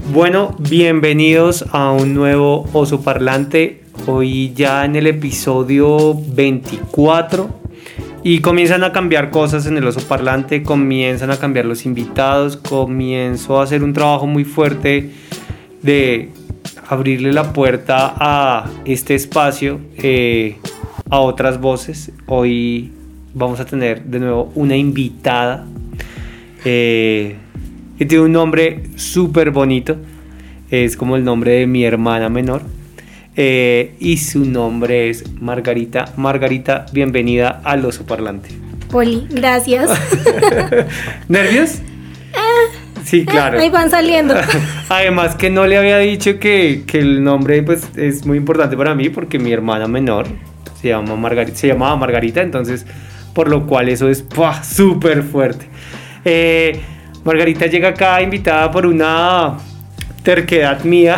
Bueno, bienvenidos a un nuevo Oso Parlante. Hoy ya en el episodio 24 y comienzan a cambiar cosas en el Oso Parlante, comienzan a cambiar los invitados, comienzo a hacer un trabajo muy fuerte de abrirle la puerta a este espacio, a otras voces. Hoy vamos a tener de nuevo una invitada que tiene un nombre súper bonito, es como el nombre de mi hermana menor, y su nombre es Margarita. Margarita, bienvenida al Oso Parlante. Poli, gracias. ¿Nervios? Sí, claro. Ahí van saliendo. Además que no le había dicho que el nombre pues es muy importante para mí porque mi hermana menor se llamaba Margarita, entonces por lo cual eso es súper fuerte. Margarita llega acá invitada por una terquedad mía.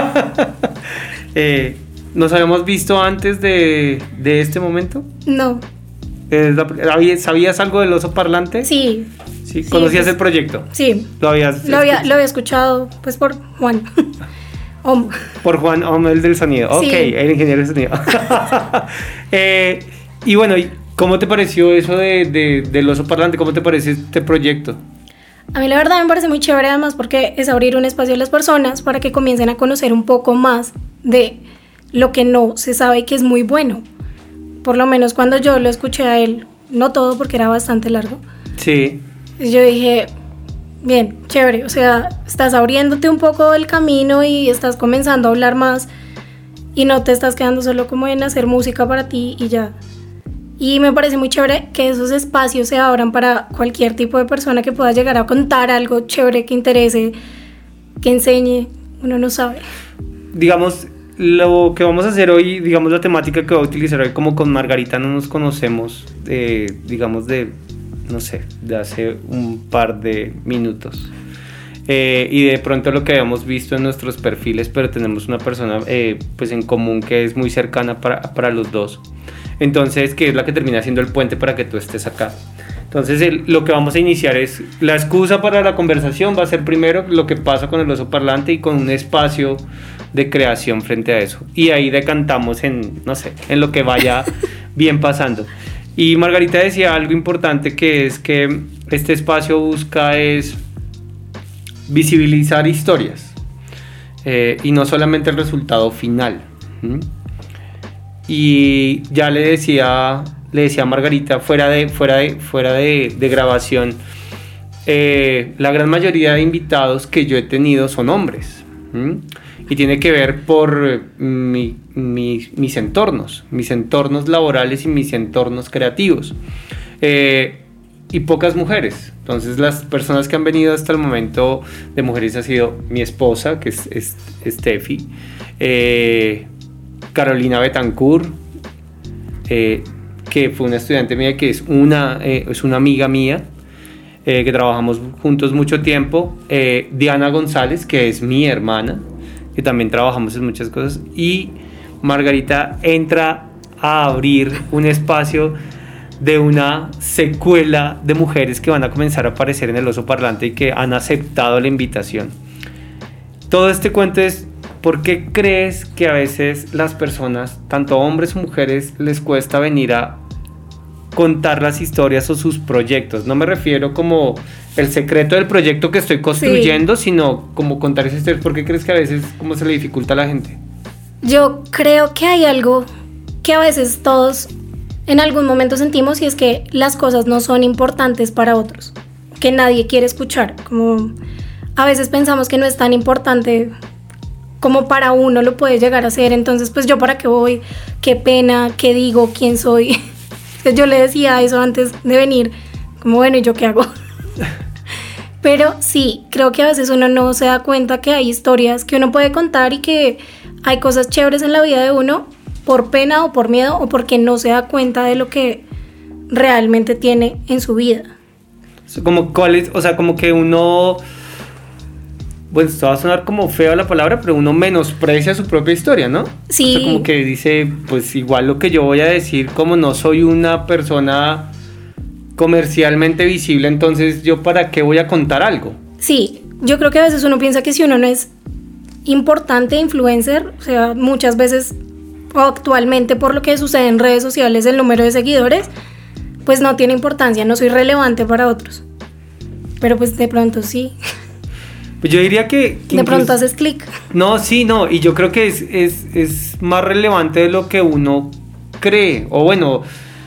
¿Nos habíamos visto antes de este momento? No. ¿Sabías algo del Oso Parlante? Sí. ¿Sí? ¿Conocías el proyecto? Sí. Lo había escuchado pues por Juan. Por Juan el del sonido. Sí. Ok, el ingeniero del sonido. Y bueno, ¿cómo te pareció eso del Oso Parlante? ¿Cómo te parece este proyecto? A mí la verdad me parece muy chévere, además porque es abrir un espacio a las personas para que comiencen a conocer un poco más de lo que no se sabe que es muy bueno. Por lo menos cuando yo lo escuché a él, no todo porque era bastante largo. Sí. Yo dije, bien, chévere, o sea, estás abriéndote un poco el camino y estás comenzando a hablar más y no te estás quedando solo como en hacer música para ti y ya. Y me parece muy chévere que esos espacios se abran para cualquier tipo de persona que pueda llegar a contar algo chévere, que interese, que enseñe, uno no sabe. Digamos, lo que vamos a hacer hoy, digamos la temática que voy a utilizar hoy, como con Margarita no nos conocemos, no sé, de hace un par de minutos. Y de pronto lo que habíamos visto en nuestros perfiles, pero tenemos una persona pues en común que es muy cercana para los dos. Entonces, que es la que termina siendo el puente para que tú estés acá. Entonces, lo que vamos a iniciar es la excusa para la conversación. Va a ser primero lo que pasa con el Oso Parlante y con un espacio de creación frente a eso. Y ahí decantamos en lo que vaya bien pasando. Y Margarita decía algo importante, que es que este espacio busca es visibilizar historias y no solamente el resultado final. Y ya le decía a Margarita fuera de grabación, la gran mayoría de invitados que yo he tenido son hombres, y tiene que ver por mis entornos laborales y mis entornos creativos, y pocas mujeres. Entonces las personas que han venido hasta el momento de mujeres ha sido mi esposa, que es Steffi, Carolina Betancourt, que fue una estudiante mía, que es una amiga mía, que trabajamos juntos mucho tiempo, Diana González, que es mi hermana, que también trabajamos en muchas cosas, y Margarita entra a abrir un espacio de una secuela de mujeres que van a comenzar a aparecer en el Oso Parlante y que han aceptado la invitación. Todo este cuento es: ¿por qué crees que a veces las personas, tanto hombres o mujeres, les cuesta venir a contar las historias o sus proyectos? No me refiero como el secreto del proyecto que estoy construyendo, sí, sino como contar esas historias. ¿Por qué crees que a veces cómo se le dificulta a la gente? Yo creo que hay algo que a veces todos en algún momento sentimos, y es que las cosas no son importantes para otros, que nadie quiere escuchar. Como a veces pensamos que no es tan importante como para uno lo puede llegar a ser. Entonces pues yo para qué voy, qué pena, qué digo, quién soy. Yo le decía eso antes de venir, como bueno, ¿y yo qué hago? Pero sí, creo que a veces uno no se da cuenta que hay historias que uno puede contar y que hay cosas chéveres en la vida de uno por pena o por miedo o porque no se da cuenta de lo que realmente tiene en su vida. Como que uno, bueno, esto va a sonar como feo la palabra, pero uno menosprecia su propia historia, ¿no? Sí. O sea, como que dice, pues igual lo que yo voy a decir, como no soy una persona comercialmente visible, entonces yo para qué voy a contar algo. Sí, yo creo que a veces uno piensa que si uno no es importante influencer, o sea, muchas veces o actualmente por lo que sucede en redes sociales, el número de seguidores, pues no tiene importancia, no soy relevante para otros. Pero pues de pronto sí. Pues yo diría que de pronto haces clic. No, sí, no, y yo creo que es más relevante de lo que uno cree. O bueno,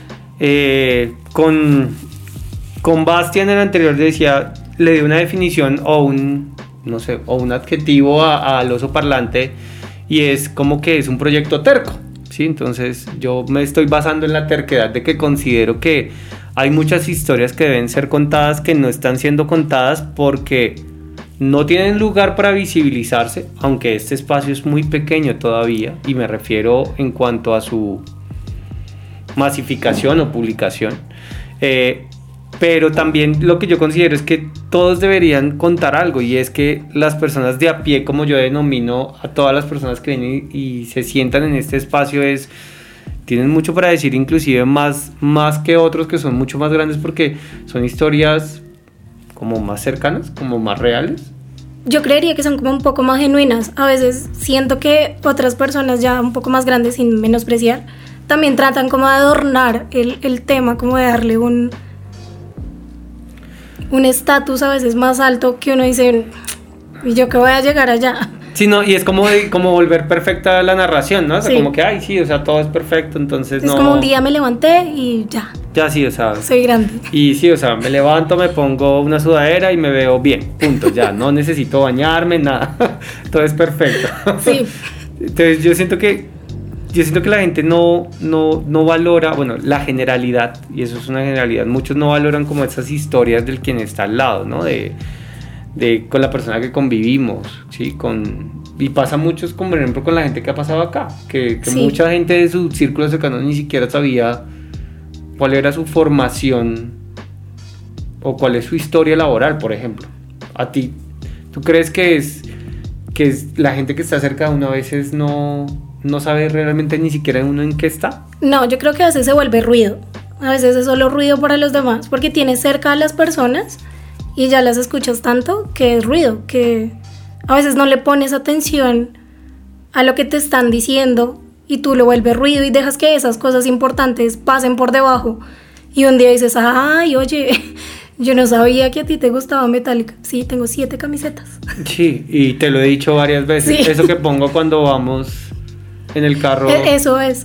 con Bastian en el anterior decía, le di una definición o un adjetivo al oso parlante, y es como que es un proyecto terco, ¿sí? Entonces yo me estoy basando en la terquedad de que considero que hay muchas historias que deben ser contadas que no están siendo contadas porque no tienen lugar para visibilizarse, aunque este espacio es muy pequeño todavía, y me refiero en cuanto a su masificación o publicación, pero también lo que yo considero es que todos deberían contar algo, y es que las personas de a pie, como yo denomino a todas las personas que vienen y se sientan en este espacio, tienen mucho para decir, inclusive más que otros que son mucho más grandes, porque son historias como más cercanas, como más reales. Yo creería que son como un poco más genuinas. A veces siento que otras personas ya un poco más grandes, sin menospreciar, también tratan como de adornar el tema, como de darle un estatus a veces más alto, que uno dice, ¿y yo qué voy a llegar allá? Sí, no, y es como volver perfecta la narración, ¿no? O sea, sí. Como que, ay, sí, o sea, todo es perfecto, entonces no... Es como un día me levanté y ya. Ya, sí, o sea... Soy grande. Y sí, o sea, me levanto, me pongo una sudadera y me veo bien, punto, ya, no necesito bañarme, nada, todo es perfecto. Sí. Entonces yo siento que la gente no valora, bueno, la generalidad, y eso es una generalidad, muchos no valoran como esas historias del quien está al lado, ¿no? Con la persona que convivimos, ¿sí? Y pasa mucho, como por ejemplo con la gente que ha pasado acá, que sí. Mucha gente de su círculo cercano ni siquiera sabía cuál era su formación o cuál es su historia laboral, por ejemplo. A ti, ¿tú crees que es la gente que está cerca de uno a veces no sabe realmente ni siquiera uno en qué está? No, yo creo que a veces se vuelve ruido. A veces es solo ruido para los demás, porque tienes cerca a las personas y ya las escuchas tanto que es ruido, que a veces no le pones atención a lo que te están diciendo y tú lo vuelves ruido y dejas que esas cosas importantes pasen por debajo, y un día dices, ay, oye, yo no sabía que a ti te gustaba Metallica. Sí, tengo 7 camisetas. Sí, y te lo he dicho varias veces, sí. Eso que pongo cuando vamos en el carro. Eso es.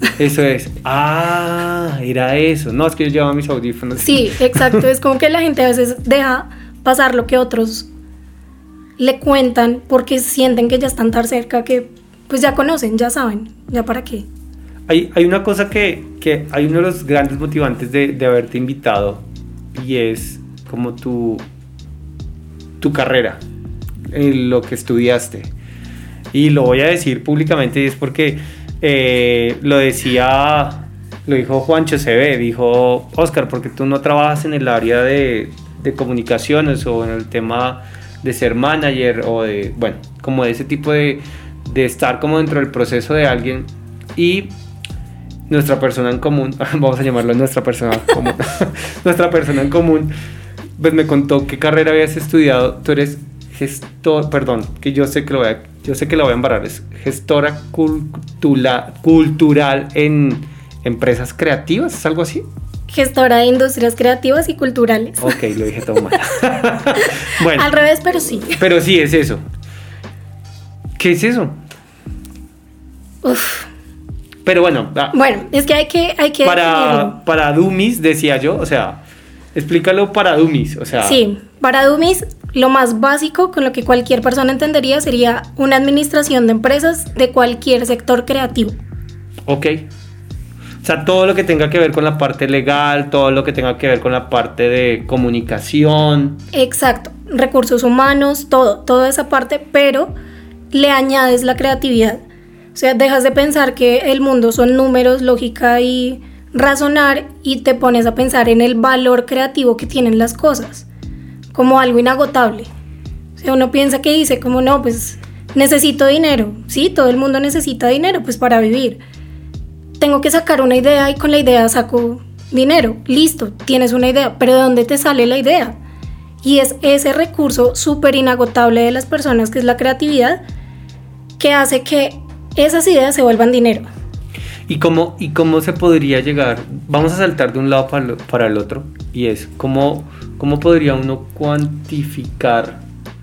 Ah, era eso. No, es que yo llevaba mis audífonos. Sí, exacto, es como que la gente a veces deja pasar lo que otros le cuentan porque sienten que ya están tan cerca, que pues ya conocen, ya saben, ya para qué. Hay una cosa que hay uno de los grandes motivantes de haberte invitado, y es como tu carrera, lo que estudiaste. Y lo voy a decir públicamente, y es porque lo dijo Juancho CB, dijo, Oscar, porque tú no trabajas en el área de comunicaciones o en el tema de ser manager o de, bueno, como de ese tipo de estar como dentro del proceso de alguien. Y nuestra persona en común, vamos a llamarlo nuestra persona común, nuestra persona en común, pues me contó qué carrera habías estudiado. Tú eres gestor, perdón, que yo sé que lo voy a embarrar, es gestora cultural en empresas creativas, ¿es algo así? Gestora de industrias creativas y culturales. Ok, lo dije todo mal. Bueno, al revés, pero sí. Pero sí, es eso. ¿Qué es eso? Uf. Pero bueno. Bueno, es que hay que para dummies, decía yo, o sea, explícalo para dummies, o sea. Sí, para dummies, lo más básico con lo que cualquier persona entendería sería una administración de empresas de cualquier sector creativo. Ok. O sea, todo lo que tenga que ver con la parte legal, todo lo que tenga que ver con la parte de comunicación. Exacto, recursos humanos, toda esa parte, pero le añades la creatividad. O sea, dejas de pensar que el mundo son números, lógica y razonar, y te pones a pensar en el valor creativo que tienen las cosas, como algo inagotable. O sea, uno piensa que dice como, no, pues necesito dinero. Sí, todo el mundo necesita dinero, pues para vivir. Tengo que sacar una idea y con la idea saco dinero. Listo, tienes una idea, pero ¿de dónde te sale la idea? Y es ese recurso súper inagotable de las personas, que es la creatividad, que hace que esas ideas se vuelvan dinero. ¿Y cómo se podría llegar? Vamos a saltar de un lado para el otro, y es ¿cómo podría uno cuantificar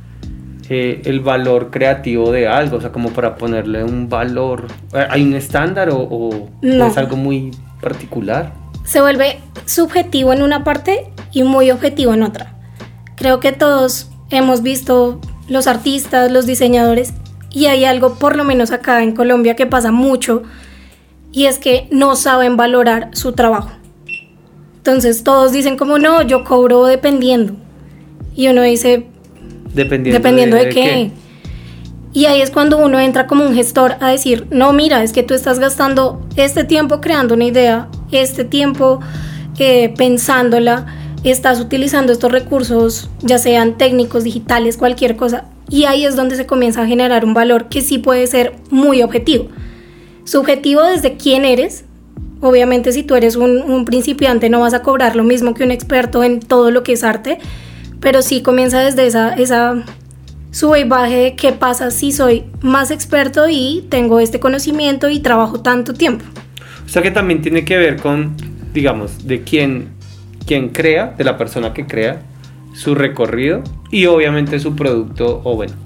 el valor creativo de algo? O sea, como para ponerle un valor. ¿Hay un estándar o No. es algo muy particular? Se vuelve subjetivo en una parte y muy objetivo en otra. Creo que todos hemos visto los artistas, los diseñadores, y hay algo, por lo menos acá en Colombia, que pasa mucho, y es que no saben valorar su trabajo. Entonces todos dicen como no, yo cobro dependiendo. Y uno dice, ¿dependiendo de qué? Y ahí es cuando uno entra como un gestor a decir, no, mira, es que tú estás gastando este tiempo creando una idea, este tiempo pensándola, estás utilizando estos recursos, ya sean técnicos, digitales, cualquier cosa. Y ahí es donde se comienza a generar un valor que sí puede ser muy objetivo. Subjetivo desde quién eres. Obviamente si tú eres un principiante no vas a cobrar lo mismo que un experto en todo lo que es arte, pero sí comienza desde esa sube y baje de qué pasa si soy más experto y tengo este conocimiento y trabajo tanto tiempo. O sea que también tiene que ver con, digamos, de quién crea, de la persona que crea, su recorrido y obviamente su producto, o bueno,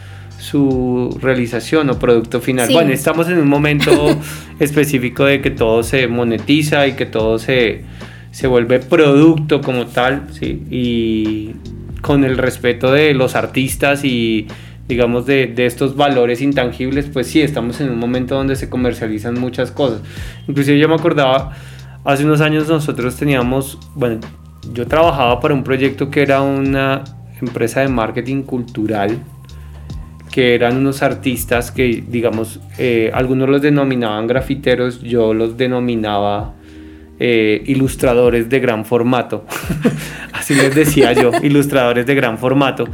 su realización o producto final. Sí. Bueno, estamos en un momento específico de que todo se monetiza y que todo se vuelve producto como tal, ¿sí? Y con el respeto de los artistas y digamos de estos valores intangibles, pues sí, estamos en un momento donde se comercializan muchas cosas. Inclusive yo me acordaba, hace unos años nosotros teníamos, bueno, yo trabajaba para un proyecto que era una empresa de marketing cultural, que eran unos artistas que, digamos, algunos los denominaban grafiteros, yo los denominaba ilustradores de gran formato. Así les decía yo, ilustradores de gran formato.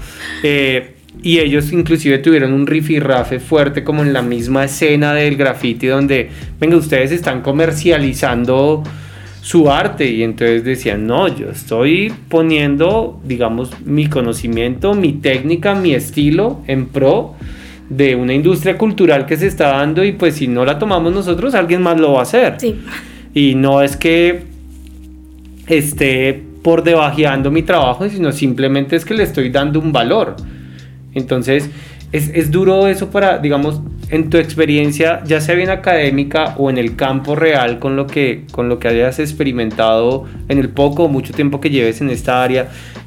Y ellos inclusive tuvieron un rifirrafe fuerte como en la misma escena del graffiti donde, venga, ustedes están comercializando su arte, y entonces decían, no, yo estoy poniendo, digamos, mi conocimiento, mi técnica, mi estilo en pro de una industria cultural que se está dando, y pues si no la tomamos nosotros, alguien más lo va a hacer. Sí. Y no es que esté por debajeando mi trabajo, sino simplemente es que le estoy dando un valor. Entonces es duro eso para, digamos, en tu experiencia, ya sea bien académica o en el campo real, con lo que hayas experimentado en el poco o mucho tiempo que lleves en esta área,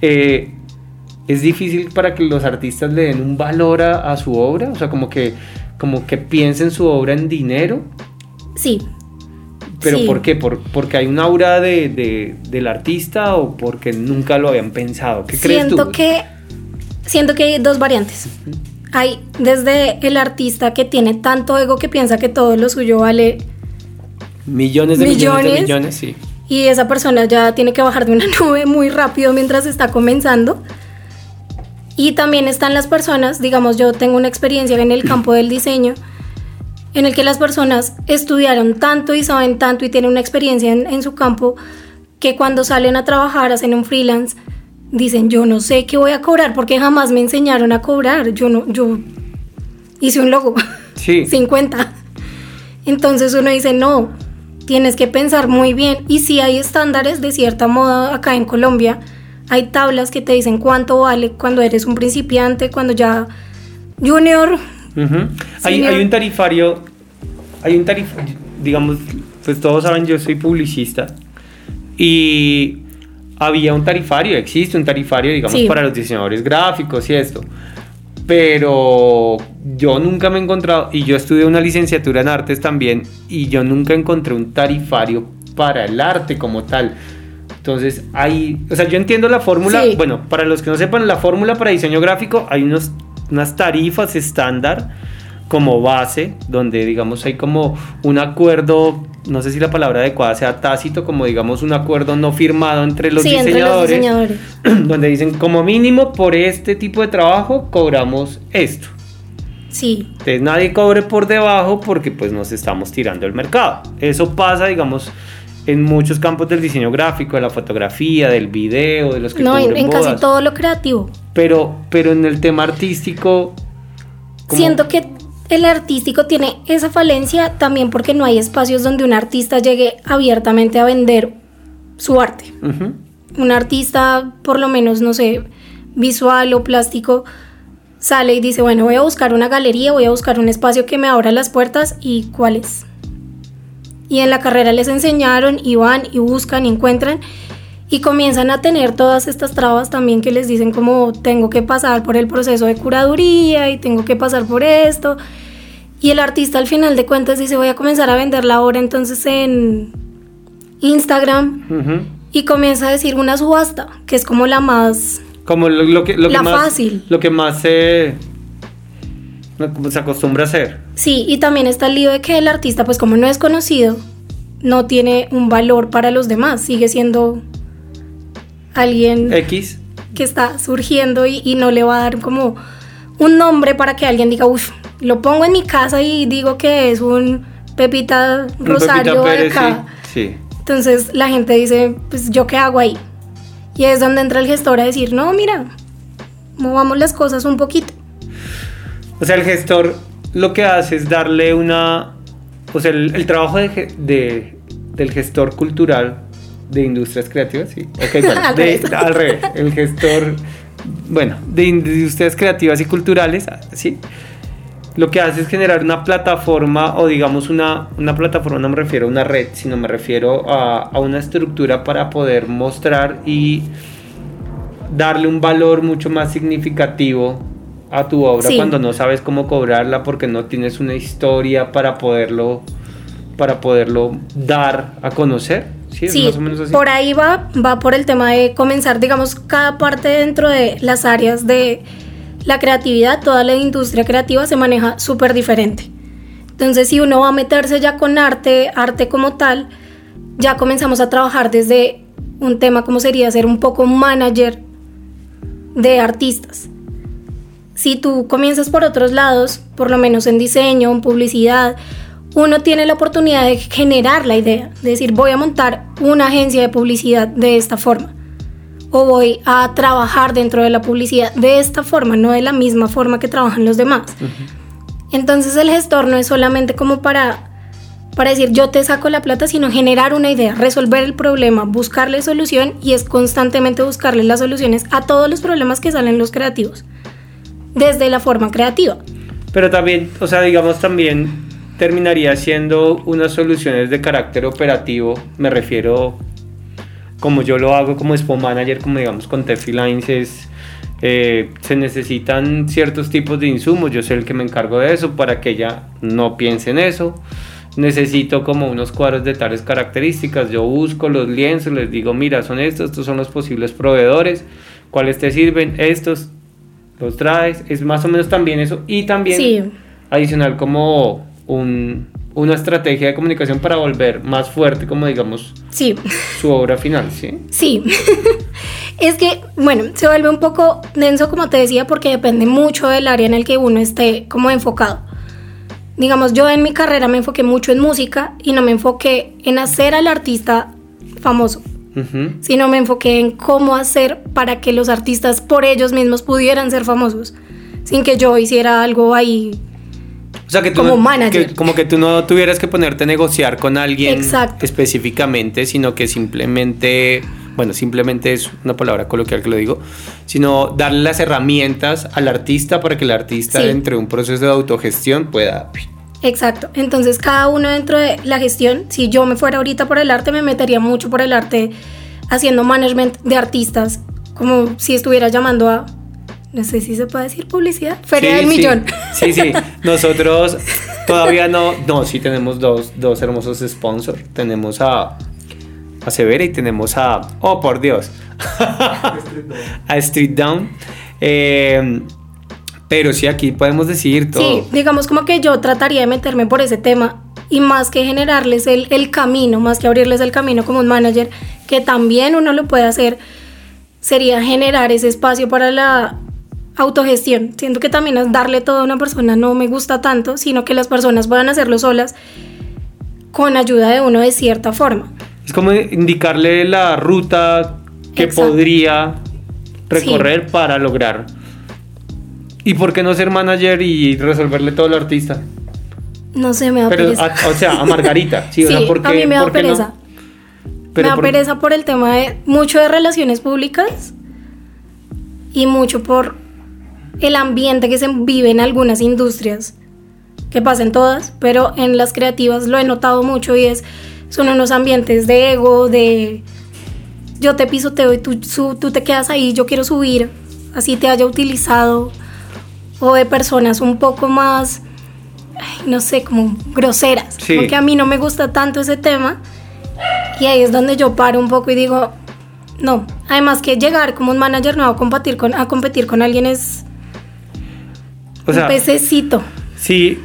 es difícil para que los artistas le den un valor a su obra, o sea, como que piensen su obra en dinero. Sí. ¿Pero sí. por qué? ¿Porque hay un aura del artista o porque nunca lo habían pensado? ¿Qué crees tú? Siento que hay dos variantes. Uh-huh. Hay desde el artista que tiene tanto ego que piensa que todo lo suyo vale millones de millones, sí. Y esa persona ya tiene que bajar de una nube muy rápido mientras está comenzando. Y también están las personas, digamos, yo tengo una experiencia en el campo del diseño, en el que las personas estudiaron tanto y saben tanto y tienen una experiencia en su campo, que cuando salen a trabajar, hacen un freelance, dicen, yo no sé qué voy a cobrar porque jamás me enseñaron a cobrar, yo hice un logo, sí. 50. Entonces uno dice, no, tienes que pensar muy bien. Y sí hay estándares de cierta moda acá en Colombia, hay tablas que te dicen cuánto vale cuando eres un principiante, cuando ya junior. Uh-huh. Hay un tarifario, digamos, pues todos saben, yo soy publicista y había un tarifario, existe un tarifario, digamos, sí, para los diseñadores gráficos y esto, pero yo nunca me he encontrado, y yo estudié una licenciatura en artes también, y yo nunca encontré un tarifario para el arte como tal. Entonces o sea, yo entiendo la fórmula, sí. Bueno, para los que no sepan, la fórmula para diseño gráfico, hay unas tarifas estándar como base, donde digamos hay como un acuerdo, no sé si la palabra adecuada sea tácito, como digamos un acuerdo no firmado entre los diseñadores, donde dicen como mínimo por este tipo de trabajo cobramos esto. Sí. Entonces nadie cobre por debajo porque pues nos estamos tirando el mercado. Eso pasa, digamos, en muchos campos del diseño gráfico, de la fotografía, del video, de los que No, cubren en bodas. casi todo lo creativo. Pero en el tema artístico... ¿cómo? Siento que el artístico tiene esa falencia también porque no hay espacios donde un artista llegue abiertamente a vender su arte. Ujú. Un artista, por lo menos, no sé, visual o plástico, sale y dice, bueno, voy a buscar una galería, voy a buscar un espacio que me abra las puertas, ¿y cuál es? Y en la carrera les enseñaron y van y buscan y encuentran y comienzan a tener todas estas trabas también que les dicen como tengo que pasar por el proceso de curaduría y tengo que pasar por esto. Y el artista al final de cuentas dice, voy a comenzar a venderla ahora entonces en Instagram. Ujú. Y comienza a decir una subasta, que es como la más... Como lo que La más, fácil. Lo que más como se acostumbra a hacer. Sí, y también está el lío de que el artista, pues como no es conocido, no tiene un valor para los demás, sigue siendo alguien X. que está surgiendo y no le va a dar como un nombre para que alguien diga, uff, lo pongo en mi casa y digo que es un Pepita Un Rosario Pepita de Pérez, acá. sí. Entonces la gente dice, pues yo qué hago ahí. Y es donde entra el gestor a decir, no, mira, movamos las cosas un poquito. O sea, el gestor lo que hace es darle una... O sea, el trabajo del gestor cultural de industrias creativas, sí. Okay, bueno, al revés. El gestor, bueno, de industrias creativas y culturales, sí. Lo que hace es generar una plataforma, o digamos una plataforma, no me refiero a una red, sino me refiero a una estructura para poder mostrar y darle un valor mucho más significativo a tu obra, sí, cuando no sabes cómo cobrarla porque no tienes una historia para poderlo dar a conocer. Sí, sí, más o menos así. Por ahí va por el tema de comenzar, digamos, cada parte dentro de las áreas de la creatividad, toda la industria creativa se maneja súper diferente. Entonces, si uno va a meterse ya con arte como tal, ya comenzamos a trabajar desde un tema como sería ser un poco manager de artistas. Si tú comienzas por otros lados, por lo menos en diseño, en publicidad, uno tiene la oportunidad de generar la idea, de decir, voy a montar una agencia de publicidad de esta forma, o voy a trabajar dentro de la publicidad de esta forma, no de la misma forma que trabajan los demás. Uh-huh. Entonces el gestor no es solamente como para decir yo te saco la plata, sino generar una idea, resolver el problema, buscarle solución, y es constantemente buscarle las soluciones a todos los problemas que salen los creativos, desde la forma creativa. Pero también, o sea, digamos también terminaría siendo unas soluciones de carácter operativo, me refiero, como yo lo hago como Expo Manager, como digamos con Tefi Lines, se necesitan ciertos tipos de insumos, yo soy el que me encargo de eso para que ella no piense en eso. Necesito como unos cuadros de tales características, yo busco los lienzos, les digo, mira, son estos son los posibles proveedores, ¿cuáles te sirven? Estos los traes, es más o menos también eso, y también sí, adicional como una estrategia de comunicación para volver más fuerte, como digamos, sí, su obra final, ¿sí? Sí, es que, bueno, se vuelve un poco denso, como te decía, porque depende mucho del área en el que uno esté como enfocado. Digamos, yo en mi carrera me enfoqué mucho en música y no me enfoqué en hacer al artista famoso, uh-huh, sino me enfoqué en cómo hacer para que los artistas por ellos mismos pudieran ser famosos, sin que yo hiciera algo ahí. O sea, que tú como no, manager. Como que tú no tuvieras que ponerte a negociar con alguien. Exacto. Específicamente, sino que simplemente es una palabra coloquial que lo digo, sino darle las herramientas al artista para que el artista, sí, dentro de un proceso de autogestión pueda... Exacto, entonces cada uno dentro de la gestión, si yo me fuera ahorita por el arte, me metería mucho por el arte haciendo management de artistas, como si estuviera llamando a... No sé si se puede decir publicidad. Feria del Millón. Sí. Nosotros todavía no, sí tenemos dos hermosos sponsors. Tenemos a Severa y tenemos a, oh por Dios, a Street Down. Pero sí, aquí podemos decir todo. Sí, digamos como que yo trataría de meterme por ese tema y más que generarles el camino, más que abrirles el camino como un manager, que también uno lo puede hacer, sería generar ese espacio para la autogestión. Siento que también es darle todo a una persona no me gusta tanto, sino que las personas puedan hacerlo solas con ayuda de uno de cierta forma. Es como indicarle la ruta que Exacto. podría recorrer para lograr. ¿Y por qué no ser manager y resolverle todo al artista? No sé, me da Pero, pereza. o sea, a Margarita. Sí, Sí, o sea, ¿por qué, a mí me da por qué no? pereza. Pero Me da pereza por el tema de mucho de relaciones públicas y mucho por el ambiente que se vive en algunas industrias, que pasa en todas, pero en las creativas lo he notado mucho y son unos ambientes de ego, de yo te pisoteo y tú te quedas ahí, yo quiero subir, así te haya utilizado, o de personas un poco más, no sé, como groseras, Sí. porque a mí no me gusta tanto ese tema. Y ahí es donde yo paro un poco y digo, no, además que llegar como un manager nuevo a competir con alguien es O sea, un pececito. sí,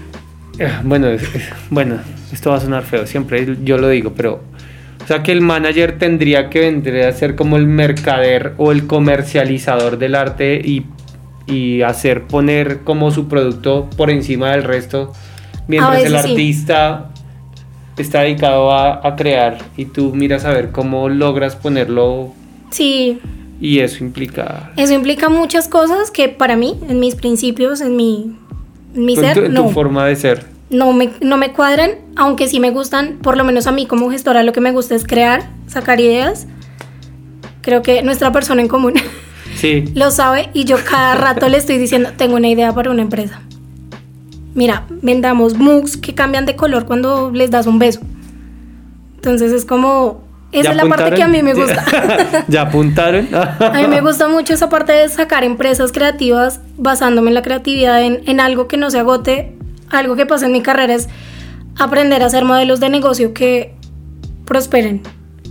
bueno, esto va a sonar feo, siempre yo lo digo, pero o sea que el manager tendría que vendría a ser como el mercader o el comercializador del arte y hacer poner como su producto por encima del resto, mientras veces el sí. artista está dedicado a crear y tú miras a ver cómo logras ponerlo, Sí, y eso implica eso implica muchas cosas que para mí, en mis principios, en mi ser, en no. tu forma de ser. No me cuadran, aunque sí me gustan, por lo menos a mí como gestora lo que me gusta es crear, sacar ideas. Creo que nuestra persona en común Sí, lo sabe y yo cada rato le estoy diciendo, tengo una idea para una empresa. Mira, vendamos mugs que cambian de color cuando les das un beso. Entonces es como, esa ¿ya es la parte que a mí me gusta. ¿Ya apuntaron? A mí me gusta mucho esa parte de sacar empresas creativas basándome en la creatividad, en algo que no se agote. Algo que pasa en mi carrera es aprender a hacer modelos de negocio que prosperen.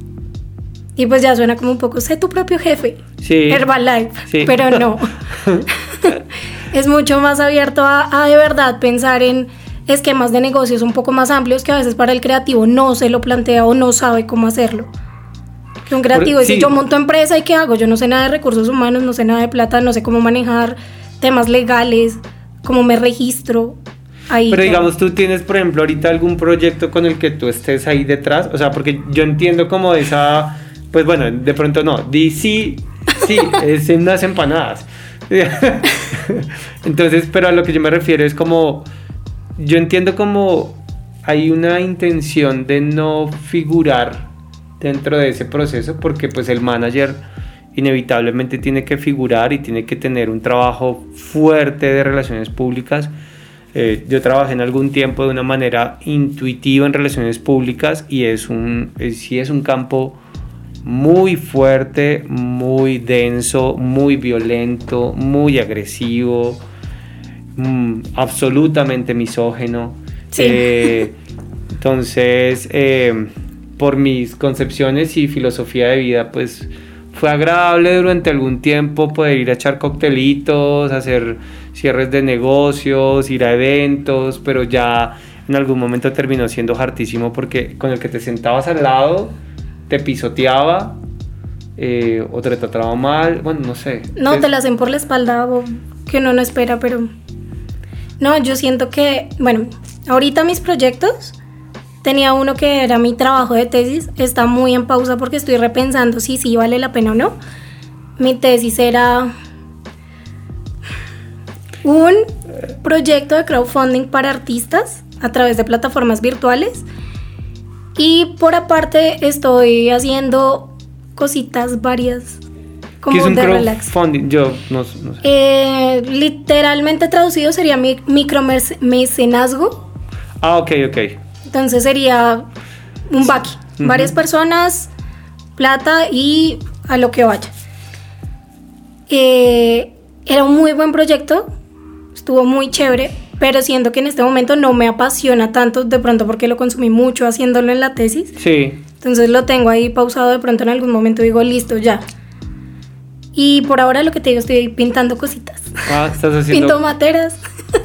Y pues ya suena como un poco, sé tu propio jefe, Sí. Herbalife, Sí. pero no. Es mucho más abierto a de verdad pensar en esquemas de negocios un poco más amplios que a veces para el creativo no se lo plantea o no sabe cómo hacerlo. Que un creativo dice, Sí. yo monto empresa y ¿qué hago? Yo no sé nada de recursos humanos, no sé nada de plata, no sé cómo manejar temas legales, cómo me registro. Ahí Pero todo. digamos, tú tienes, por ejemplo, ahorita algún proyecto con el que tú estés ahí detrás, o sea, porque yo entiendo como esa, pues bueno, de pronto no, sí, es en unas empanadas. Entonces, pero a lo que yo me refiero es como, yo entiendo como hay una intención de no figurar dentro de ese proceso, porque pues el manager inevitablemente tiene que figurar y tiene que tener un trabajo fuerte de relaciones públicas. Yo trabajé en algún tiempo de una manera intuitiva en relaciones públicas y sí es un campo muy fuerte, muy denso, muy violento, muy agresivo, absolutamente misógino. Sí. Entonces, por mis concepciones y filosofía de vida, pues fue agradable durante algún tiempo poder ir a echar coctelitos, hacer cierres de negocios, ir a eventos, pero ya en algún momento terminó siendo hartísimo porque con el que te sentabas al lado te pisoteaba o te trataba mal, bueno, no sé. No, te la hacen por la espalda o que uno no espera, pero... No, yo siento que, bueno, ahorita mis proyectos, tenía uno que era mi trabajo de tesis, está muy en pausa porque estoy repensando si sí vale la pena o no. Mi tesis era un proyecto de crowdfunding para artistas a través de plataformas virtuales y por aparte estoy haciendo cositas varias como ¿Qué es un de relax. crowdfunding? Yo no sé. Literalmente traducido sería micromecenazgo. Ah, ok. Entonces sería un backy, varias personas, plata y a lo que vaya. Era un muy buen proyecto, estuvo muy chévere, pero siento que en este momento no me apasiona tanto, de pronto porque lo consumí mucho haciéndolo en la tesis. Sí. Entonces lo tengo ahí pausado, de pronto en algún momento digo, listo, ya. Y por ahora lo que te digo, estoy pintando cositas. Ah, estás haciendo... Pinto materas.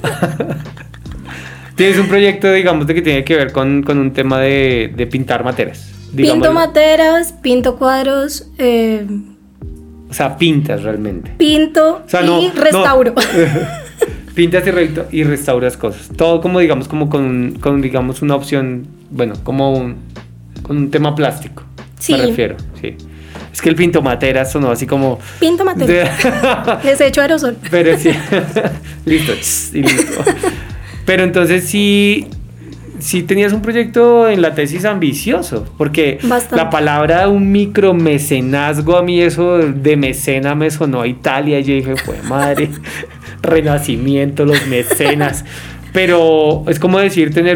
Tienes un proyecto, digamos, de que tiene que ver con un tema de pintar materas. Pinto materas, pinto cuadros, o sea, pintas realmente. pinto O sea, y restauro. Pintas y restauras cosas. Todo como, digamos, como con digamos, una opción, bueno, con un tema plástico. Sí. Me refiero, sí. Es que el Pintomatera sonó así como... Pintomatera. Les he hecho aerosol. Pero sí, listo, y listo. Pero entonces sí tenías un proyecto en la tesis ambicioso, porque Bastante. La palabra un micromecenazgo, a mí eso de mecena me sonó a Italia, y yo dije, pues madre, renacimiento, los mecenas, pero es como decir tener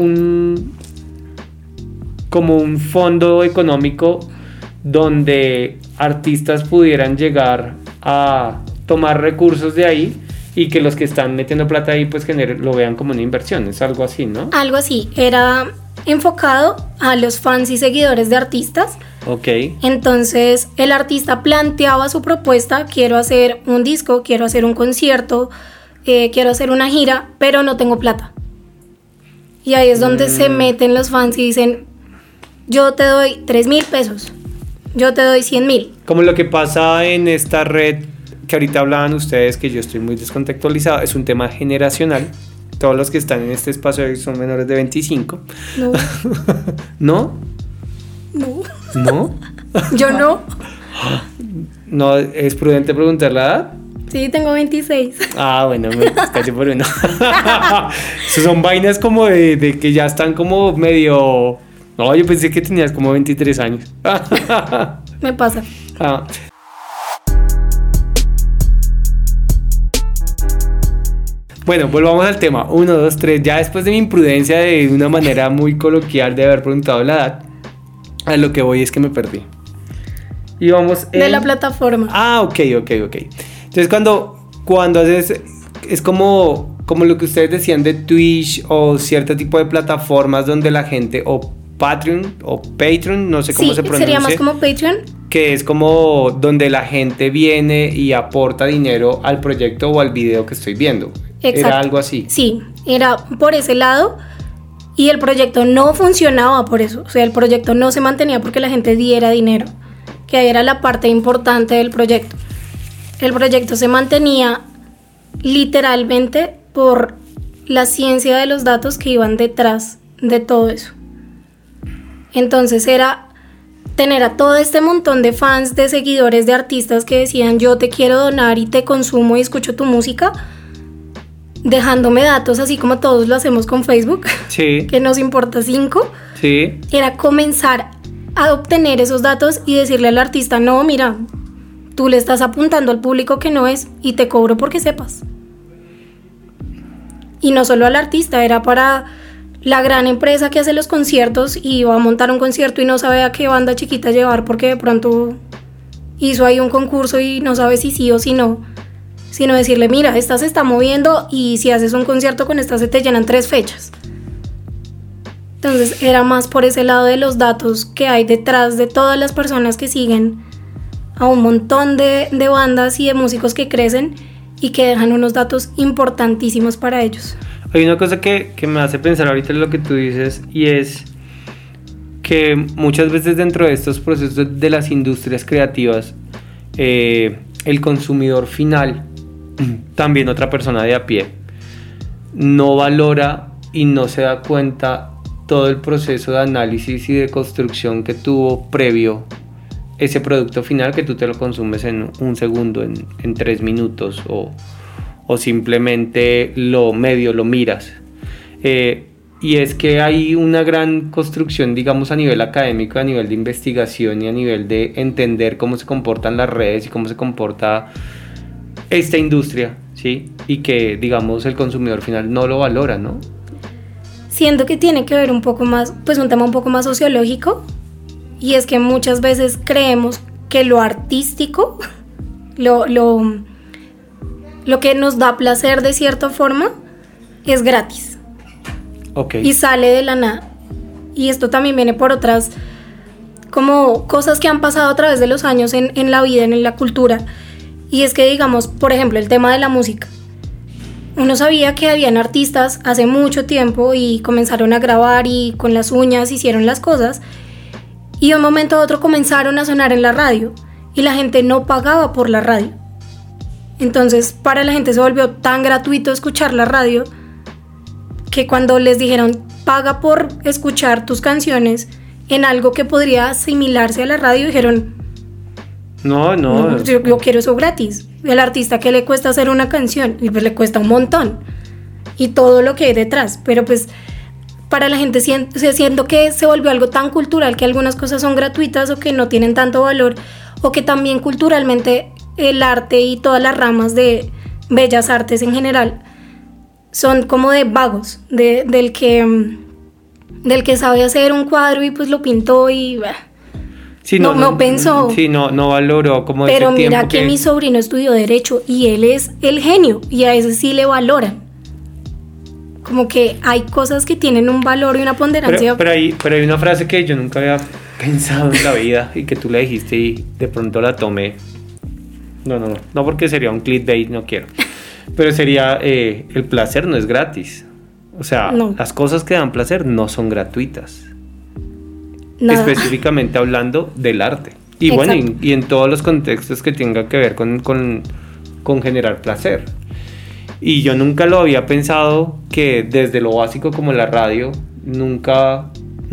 como un fondo económico donde artistas pudieran llegar a tomar recursos de ahí y que los que están metiendo plata ahí pues lo vean como una inversión, es algo así, ¿no? Algo así, era enfocado a los fans y seguidores de artistas. Ok. Entonces el artista planteaba su propuesta: quiero hacer un disco, quiero hacer un concierto, quiero hacer una gira, pero no tengo plata. Y ahí es donde se meten los fans y dicen: yo te doy 3,000 pesos, yo te doy 100,000. Como lo que pasa en esta red que ahorita hablaban ustedes, que yo estoy muy descontextualizado, es un tema generacional. Todos los que están en este espacio hoy son menores de 25. No. ¿No? No. ¿No? Yo no. ¿No es prudente preguntar la edad? Sí, tengo 26. Ah, bueno, me callé por uno. Eso son vainas como de que ya están como medio... No, yo pensé que tenías como 23 años. Me pasa. Ah. Bueno, volvamos al tema. 1, 2, 3. Ya después de mi imprudencia de una manera muy coloquial de haber preguntado la edad, a lo que voy es que me perdí. Y vamos de la plataforma. Ah, ok. Entonces cuando haces, es como lo que ustedes decían de Twitch o cierto tipo de plataformas donde la gente, o Patreon, no sé cómo se pronuncia. Sería más como Patreon. Que es como donde la gente viene y aporta dinero al proyecto o al video que estoy viendo. Exacto. Era algo así. Sí, era por ese lado. Y el proyecto no funcionaba por eso. O sea, el proyecto no se mantenía porque la gente diera dinero, que era la parte importante del proyecto. El proyecto se mantenía literalmente por la ciencia de los datos que iban detrás de todo eso. Entonces era tener a todo este montón de fans, de seguidores, de artistas que decían: yo te quiero donar y te consumo y escucho tu música, dejándome datos, así como todos lo hacemos con Facebook. Sí. Que nos importa 5. Sí. Era comenzar a obtener esos datos y decirle al artista: no, mira, tú le estás apuntando al público que no es y te cobro porque sepas. Y no solo al artista, era para la gran empresa que hace los conciertos y va a montar un concierto y no sabe a qué banda chiquita llevar porque de pronto hizo ahí un concurso y no sabe si sí o si no, sino decirle: mira, esta se está moviendo y si haces un concierto con esta se te llenan 3 fechas. Entonces era más por ese lado de los datos que hay detrás de todas las personas que siguen a un montón de bandas y de músicos que crecen y que dejan unos datos importantísimos para ellos. Hay una cosa que me hace pensar ahorita en lo que tú dices, y es que muchas veces dentro de estos procesos de las industrias creativas, el consumidor final, también otra persona de a pie, no valora y no se da cuenta todo el proceso de análisis y de construcción que tuvo previo ese producto final, que tú te lo consumes en un segundo, en 3 minutos, o simplemente lo miras. Y es que hay una gran construcción, digamos, a nivel académico, a nivel de investigación y a nivel de entender cómo se comportan las redes y cómo se comporta esta industria, ¿sí? Y que, digamos, el consumidor final no lo valora, ¿no? Siento que tiene que ver un poco más, pues un tema un poco más sociológico, y es que muchas veces creemos que lo artístico, lo que nos da placer de cierta forma, es gratis. Okay. Y sale de la nada. Y esto también viene por otras como cosas que han pasado a través de los años en la vida, en la cultura. Y es que, digamos, por ejemplo, el tema de la música. Uno sabía que habían artistas hace mucho tiempo y comenzaron a grabar y con las uñas hicieron las cosas, y de un momento a otro comenzaron a sonar en la radio y la gente no pagaba por la radio. Entonces para la gente se volvió tan gratuito escuchar la radio que cuando les dijeron: paga por escuchar tus canciones, en algo que podría asimilarse a la radio, dijeron, no. yo quiero eso gratis. El artista, ¿qué le cuesta hacer una canción? Y pues le cuesta un montón. Y todo lo que hay detrás. Pero pues para la gente siento que se volvió algo tan cultural que algunas cosas son gratuitas o que no tienen tanto valor, o que también culturalmente el arte y todas las ramas de bellas artes en general son como de vagos, del que sabe hacer un cuadro y pues lo pintó y sí, no pensó. Sí, no valoró como pero ese mira tiempo que mi sobrino estudió Derecho y él es el genio y a ese sí le valoran. Como que hay cosas que tienen un valor y una ponderancia. Pero hay una frase que yo nunca había pensado en la vida y que tú la dijiste y de pronto la tomé. No porque sería un clickbait, no quiero. Pero sería, el placer no es gratis. O sea, las cosas que dan placer no son gratuitas. Nada. Específicamente hablando del arte. Y exacto. Bueno, y en todos los contextos que tenga que ver con generar placer. Y yo nunca lo había pensado, que desde lo básico como la radio, nunca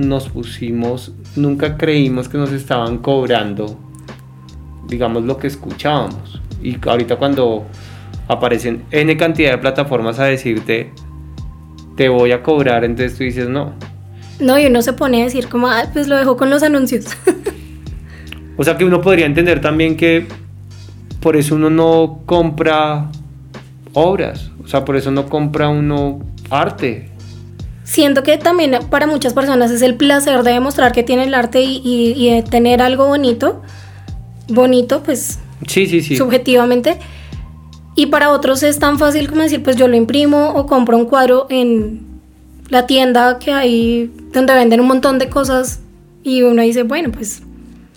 creímos que nos estaban cobrando, digamos, lo que escuchábamos. Y ahorita cuando aparecen N cantidad de plataformas a decirte, te voy a cobrar, entonces tú dices no. No, y uno se pone a decir como, pues lo dejo con los anuncios. O sea que uno podría entender también que por eso uno no compra obras, o sea, por eso no compra uno arte. Siento que también para muchas personas es el placer de demostrar que tiene el arte y de tener algo bonito, pues sí. Subjetivamente. Y para otros es tan fácil como decir, pues yo lo imprimo o compro un cuadro en la tienda que hay donde venden un montón de cosas y uno dice, bueno, pues...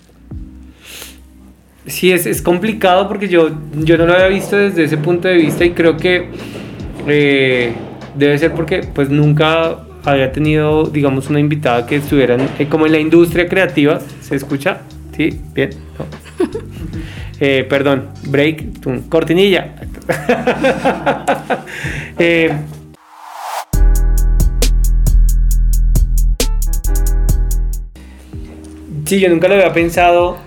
Sí, es complicado porque yo no lo había visto desde ese punto de vista y creo que debe ser porque pues nunca había tenido, digamos, una invitada que estuviera como en la industria creativa. ¿Se escucha? ¿Sí? ¿Bien? No. Perdón, break, cortinilla. Sí, yo nunca lo había pensado.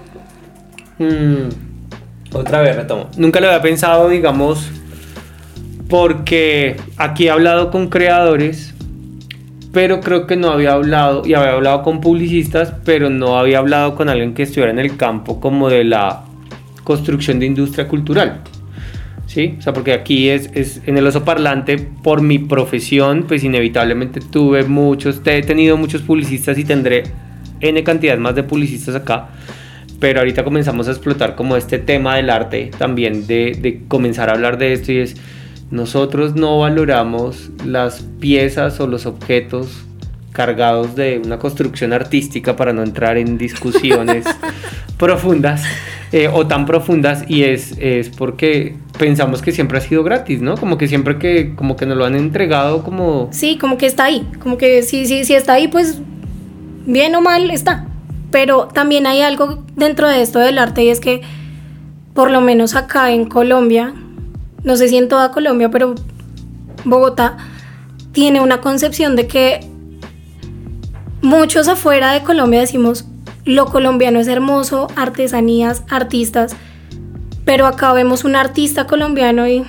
Otra vez retomo. Nunca lo había pensado, digamos, porque aquí he hablado con creadores, pero creo que no había hablado, y había hablado con publicistas, pero no había hablado con alguien que estuviera en el campo como de la construcción de industria cultural. ¿Sí? O sea, porque aquí es en el oso parlante, por mi profesión, pues inevitablemente he tenido muchos publicistas y tendré N cantidad más de publicistas acá. Pero ahorita comenzamos a explotar como este tema del arte también, de comenzar a hablar de esto, y es, nosotros no valoramos las piezas o los objetos cargados de una construcción artística, para no entrar en discusiones profundas o tan profundas, y es porque pensamos que siempre ha sido gratis, ¿no? Como que siempre como que nos lo han entregado como... Sí, como que está ahí, como que si está ahí, pues bien o mal está. Pero también hay algo dentro de esto del arte, y es que por lo menos acá en Colombia, no sé si en toda Colombia, pero Bogotá tiene una concepción de que muchos afuera de Colombia decimos, lo colombiano es hermoso, artesanías, artistas, pero acá vemos un artista colombiano y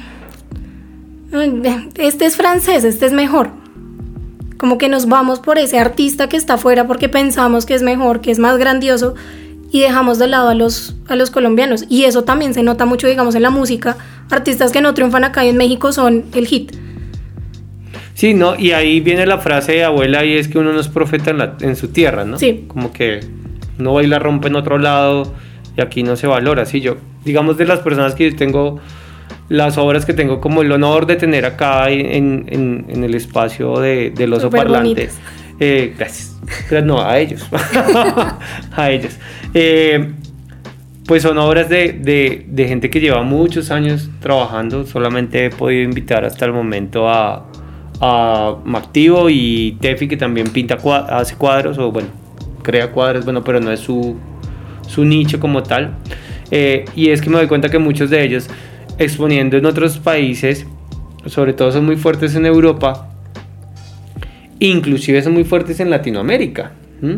este es francés, este es mejor. Como que nos vamos por ese artista que está afuera porque pensamos que es mejor, que es más grandioso, y dejamos de lado a los colombianos. Y eso también se nota mucho, digamos, en la música. Artistas que no triunfan acá y en México son el hit. Sí, ¿no? Y ahí viene la frase de abuela, y es que uno no es profeta en su tierra, ¿no? Sí. Como que uno va y la rompe en otro lado y aquí no se valora. Sí, yo, digamos, de las personas que yo tengo, las obras que tengo como el honor de tener acá en el espacio del oso parlante. Gracias. No, a ellos. A ellos. Pues son obras de gente que lleva muchos años trabajando. Solamente he podido invitar hasta el momento a Mactivo y Tefi, que también hace cuadros, o bueno, crea cuadros, bueno, pero no es su nicho como tal. Y es que me doy cuenta que muchos de ellos, exponiendo en otros países, sobre todo son muy fuertes en Europa, inclusive son muy fuertes en Latinoamérica.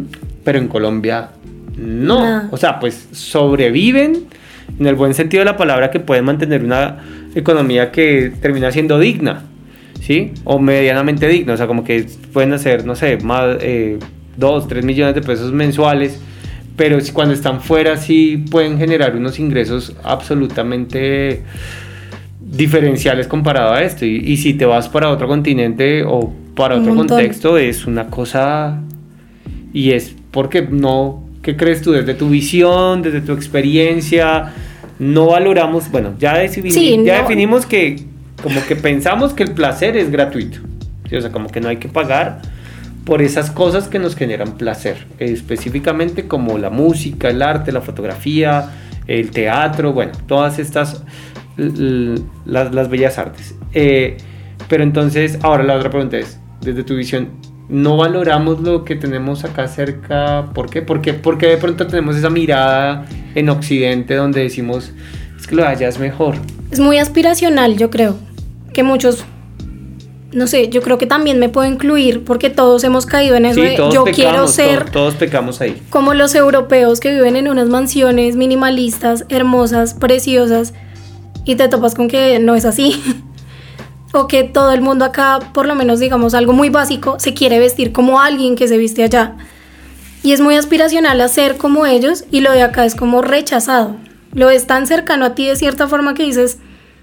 pero en Colombia no. Nada. O sea, pues sobreviven en el buen sentido de la palabra, que pueden mantener una economía que termina siendo digna, ¿sí? O medianamente digna, o sea, como que pueden hacer, no sé, más 2, 3 millones de pesos mensuales, pero cuando están fuera sí pueden generar unos ingresos absolutamente diferenciales comparado a esto. Y si te vas para otro continente o para otro contexto, es una cosa. Y es porque no. ¿Qué crees tú desde tu visión, desde tu experiencia? No valoramos, bueno, ya definimos que como que pensamos que el placer es gratuito, ¿sí? O sea, como que no hay que pagar por esas cosas que nos generan placer, específicamente como la música, el arte, la fotografía, el teatro, bueno, todas estas, las bellas artes. Pero entonces, ahora la otra pregunta es, desde tu visión, ¿no valoramos lo que tenemos acá cerca? ¿Por qué? Porque de pronto tenemos esa mirada en Occidente donde decimos, es que lo de allá es mejor. Es muy aspiracional, yo creo, que muchos, no sé, yo creo que también me puedo incluir, porque todos hemos caído en eso, Sí, de todos yo pecamos, quiero ser todos pecamos ahí. como los europeos que viven en unas mansiones minimalistas, hermosas, preciosas, y te topas con que no es así. O que todo el mundo acá, por lo menos digamos algo muy básico, se quiere vestir como alguien que se viste allá. Y es muy aspiracional a ser como ellos, y lo de acá es como rechazado. Lo es tan cercano a ti de cierta forma que dices,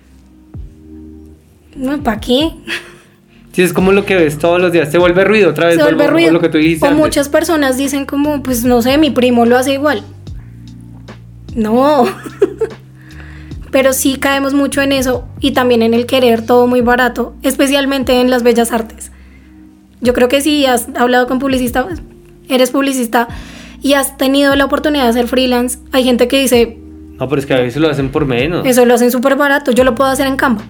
no, ¿para qué? Sí, es como lo que ves todos los días, se vuelve ruido otra vez. Se vuelve ruido. Lo que tú dijiste o antes. Muchas personas dicen como, pues no sé, mi primo lo hace igual. No. Pero sí caemos mucho en eso, y también en el querer todo muy barato, especialmente en las bellas artes. Yo creo que si has hablado con publicistas, eres publicista y has tenido la oportunidad de hacer freelance, hay gente que dice, No, pero es que a veces lo hacen por menos. eso lo hacen súper barato, yo lo puedo hacer en Canva.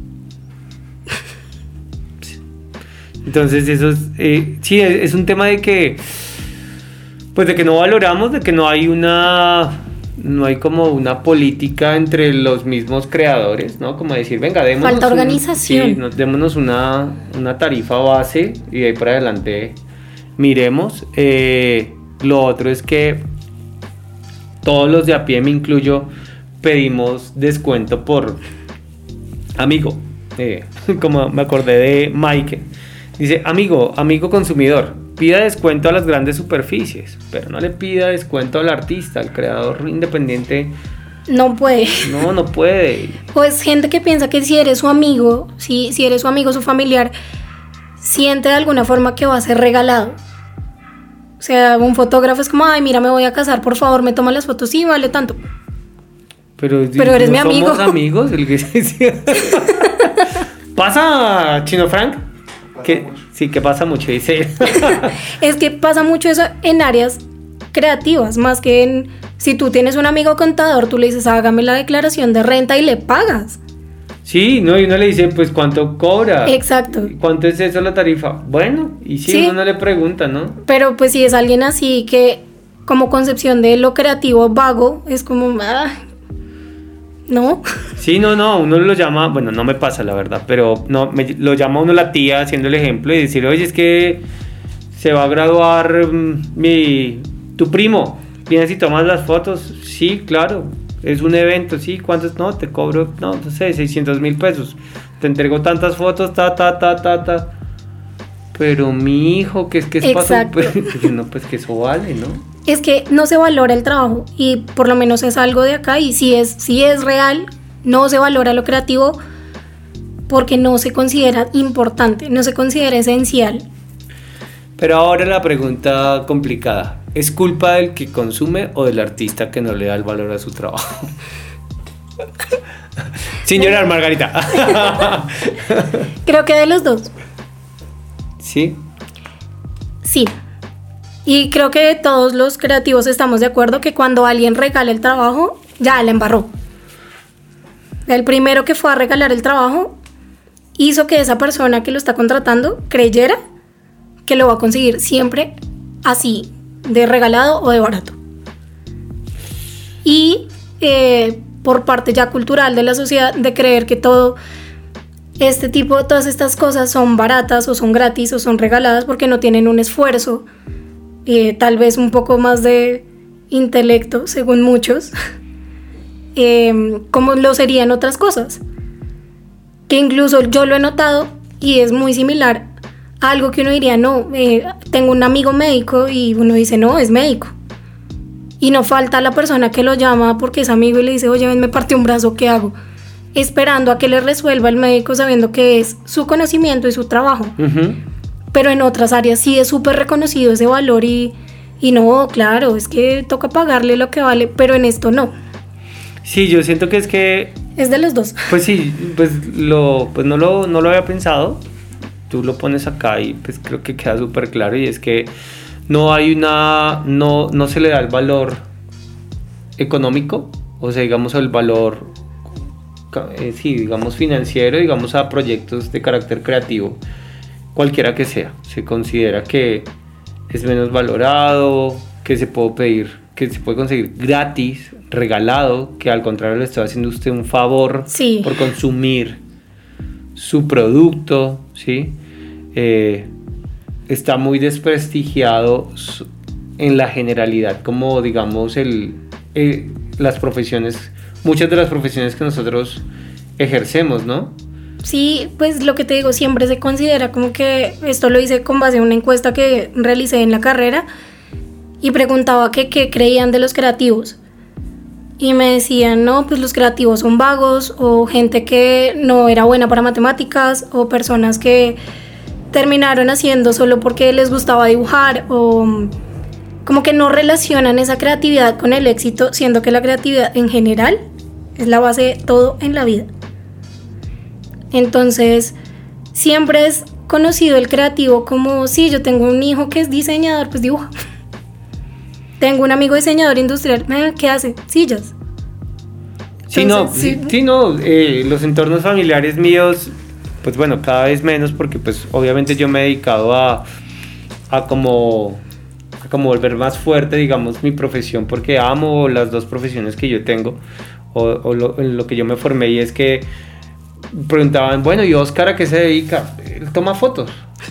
Entonces eso es, sí, es un tema de que, pues de que no valoramos, de que no hay como una política entre los mismos creadores, ¿no? Como decir, venga, démonos Falta organización. démonos una tarifa base y de ahí para adelante miremos. Lo otro es que todos los de a pie, me incluyo, pedimos descuento por amigo. Como me acordé de Mike. Dice, amigo consumidor, pida descuento a las grandes superficies, pero no le pida descuento al artista, al creador independiente. No puede. No puede. Pues gente que piensa que si eres su amigo, si eres su amigo, su familiar, siente de alguna forma que va a ser regalado. O sea, un fotógrafo es como, ay, mira, me voy a casar, por favor, me toma las fotos, sí, vale tanto. Pero eres ¿no mi amigo? somos amigos? El que ¿Pasa, Chino Frank? Sí, que pasa mucho, dice. Es que pasa mucho eso en áreas creativas, más que en... Si tú tienes un amigo contador, tú le dices, hágame la declaración de renta y le pagas. Sí, no, y uno le dice, pues, ¿cuánto cobra? Exacto. ¿Cuánto es eso la tarifa? Bueno, y sí, uno no le pregunta, ¿no? Pero pues si es alguien así que, como concepción de lo creativo vago, es como, ¿no? Sí, no, uno lo llama, bueno, no me pasa la verdad, pero no, lo llama uno la tía haciendo el ejemplo y decirle, oye, es que se va a graduar tu primo, ¿vienes y tomas las fotos? Sí, claro, es un evento, sí, ¿cuántos? No, te cobro, no sé, 600,000 pesos, te entrego tantas fotos, ta. Pero mi hijo, que es Exacto. No, pues que eso vale, ¿no? Es que no se valora el trabajo, y por lo menos es algo de acá, y si es real, no se valora lo creativo porque no se considera importante, no se considera esencial. Pero ahora la pregunta complicada, ¿es culpa del que consume o del artista que no le da el valor a su trabajo? Sin llorar, Margarita. Creo que de los dos. ¿Sí? Sí. Y creo que todos los creativos estamos de acuerdo que cuando alguien regala el trabajo, ya la embarró. El primero que fue a regalar el trabajo hizo que esa persona que lo está contratando creyera que lo va a conseguir siempre así, de regalado o de barato. Y por parte ya cultural de la sociedad, de creer que todas estas cosas son baratas o son gratis o son regaladas porque no tienen un esfuerzo tal vez un poco más de intelecto, según muchos, como lo serían otras cosas. Que incluso yo lo he notado y es muy similar a algo que uno diría, no, tengo un amigo médico y uno dice, no, es médico. Y no falta la persona que lo llama porque es amigo y le dice, oye, ven, me partió un brazo, ¿qué hago? Esperando a que le resuelva el médico sabiendo que es su conocimiento y su trabajo. Uh-huh. Pero en otras áreas sí es súper reconocido ese valor y no, claro, es que toca pagarle lo que vale, pero en esto no. Sí, yo siento que es que... Es de los dos. Pues sí, pues no lo había pensado. Tú lo pones acá y pues creo que queda súper claro, y es que no se le da el valor económico, o sea, digamos el valor, digamos financiero, digamos a proyectos de carácter creativo, cualquiera que sea. Se considera que es menos valorado, que se puede conseguir gratis, regalado, que al contrario le está haciendo usted un favor por consumir su producto, ¿sí? Está muy desprestigiado en la generalidad, como digamos las profesiones, muchas de las profesiones que nosotros ejercemos, ¿no? Sí, pues lo que te digo, siempre se considera como que, esto lo hice con base en una encuesta que realicé en la carrera y preguntaba qué creían de los creativos. Y me decían, no, pues los creativos son vagos, o gente que no era buena para matemáticas, o personas que terminaron haciendo solo porque les gustaba dibujar, o como que no relacionan esa creatividad con el éxito, siendo que la creatividad en general es la base de todo en la vida. Entonces, siempre es conocido el creativo como, sí, yo tengo un hijo que es diseñador, pues dibuja. Tengo un amigo diseñador industrial, ¿qué hace? Sillas. Entonces, los entornos familiares míos, pues bueno, cada vez menos, porque pues obviamente yo me he dedicado a como volver más fuerte, digamos, mi profesión, porque amo las dos profesiones que yo tengo, en lo que yo me formé, y es que preguntaban, bueno, ¿y Oscar a qué se dedica? Él toma fotos.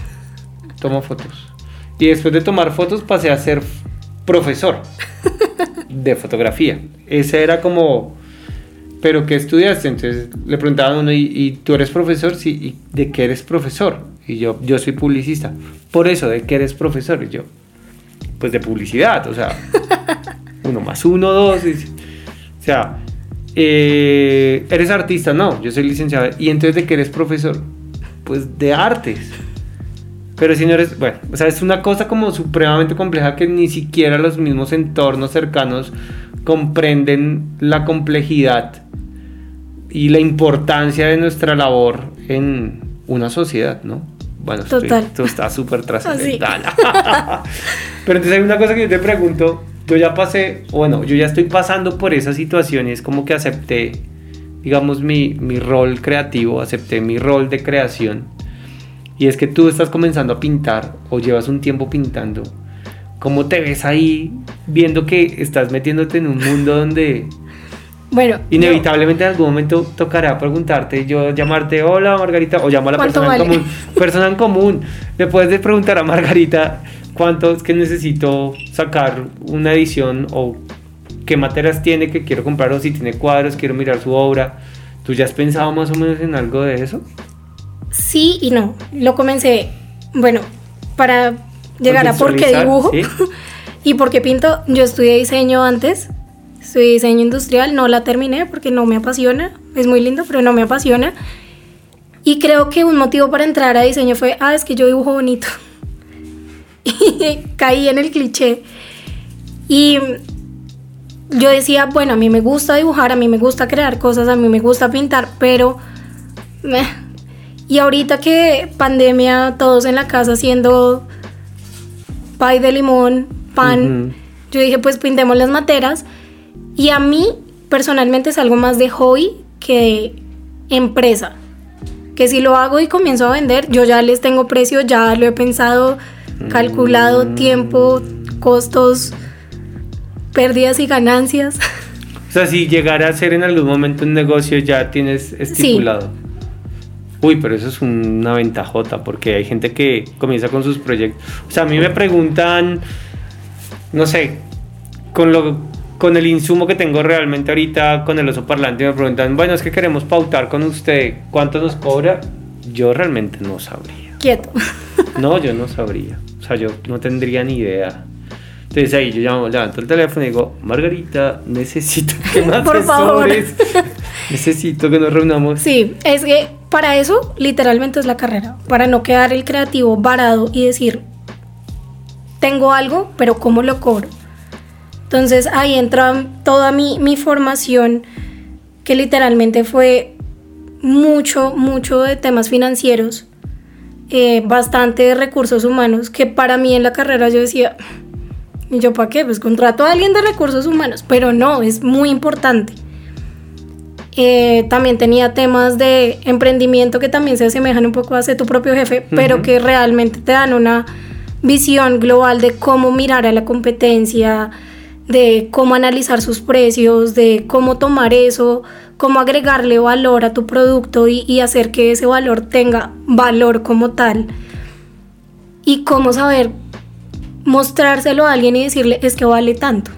Y después de tomar fotos pasé a ser profesor de fotografía. Ese era como, ¿pero qué estudiaste? Entonces le preguntaban a uno, ¿y tú eres profesor? Sí, ¿y de qué eres profesor? Y yo soy publicista. Por eso, ¿de qué eres profesor? Y yo, pues de publicidad, o sea, 1 más 1, 2, o sea, ¿eres artista? No, yo soy licenciado. ¿Y entonces de qué eres profesor? Pues de artes. Pero señores, bueno, o sea, es una cosa como supremamente compleja que ni siquiera los mismos entornos cercanos comprenden la complejidad y la importancia de nuestra labor en una sociedad, ¿no? Bueno, total. Esto está súper trascendental. Pero entonces hay una cosa que yo te pregunto, yo ya estoy pasando por esa situación y es como que acepté, digamos, mi rol creativo, acepté mi rol de creación. Y es que tú estás comenzando a pintar o llevas un tiempo pintando. ¿Cómo te ves ahí viendo que estás metiéndote en un mundo donde inevitablemente en algún momento tocará preguntarte, yo llamarte, hola Margarita, o llamo a la persona en común. Le puedes preguntar a Margarita cuánto es que necesito sacar una edición, o qué materias tiene que quiero comprar, o si tiene cuadros, quiero mirar su obra. ¿Tú ya has pensado más o menos en algo de eso? Sí y no. Lo comencé, para llegar a por qué dibujo, ¿sí? Y por qué pinto. Yo estudié diseño antes, estudié diseño industrial, no la terminé porque no me apasiona. Es muy lindo, pero no me apasiona. Y creo que un motivo para entrar a diseño fue, es que yo dibujo bonito. Y caí en el cliché. Y yo decía, a mí me gusta dibujar, a mí me gusta crear cosas, a mí me gusta pintar, pero... Y ahorita que pandemia, todos en la casa haciendo pay de limón, pan, yo dije, pues pintemos las materas. Y a mí, personalmente, es algo más de hobby que de empresa. Que si lo hago y comienzo a vender, yo ya les tengo precio, ya lo he pensado, calculado, tiempo, costos, pérdidas y ganancias. O sea, si llegara a ser en algún momento un negocio, ya tienes estipulado. Sí. Uy, pero eso es una ventajota, porque hay gente que comienza con sus proyectos. O sea, a mí me preguntan, no sé, con el insumo que tengo realmente ahorita, con el oso parlante, me preguntan, bueno, es que queremos pautar con usted, ¿cuánto nos cobra? Yo realmente no sabría. Quieto. No, yo no sabría. O sea, yo no tendría ni idea. Entonces ahí yo levanto el teléfono y digo, Margarita, necesito que me Por favor. asesores. Necesito que nos reunamos. Sí, es que para eso literalmente es la carrera. Para no quedar el creativo varado y decir, tengo algo, pero ¿cómo lo cobro? Entonces ahí entra toda mi formación, que literalmente fue mucho de temas financieros, bastante de recursos humanos, que para mí en la carrera yo decía, ¿y yo para qué? Pues contrato a alguien de recursos humanos, pero no, es muy importante. También tenía temas de emprendimiento que también se asemejan un poco a ser tu propio jefe, pero que realmente te dan una visión global de cómo mirar a la competencia, de cómo analizar sus precios, de cómo tomar eso, cómo agregarle valor a tu producto y hacer que ese valor tenga valor como tal, y cómo saber mostrárselo a alguien y decirle, es que vale tanto.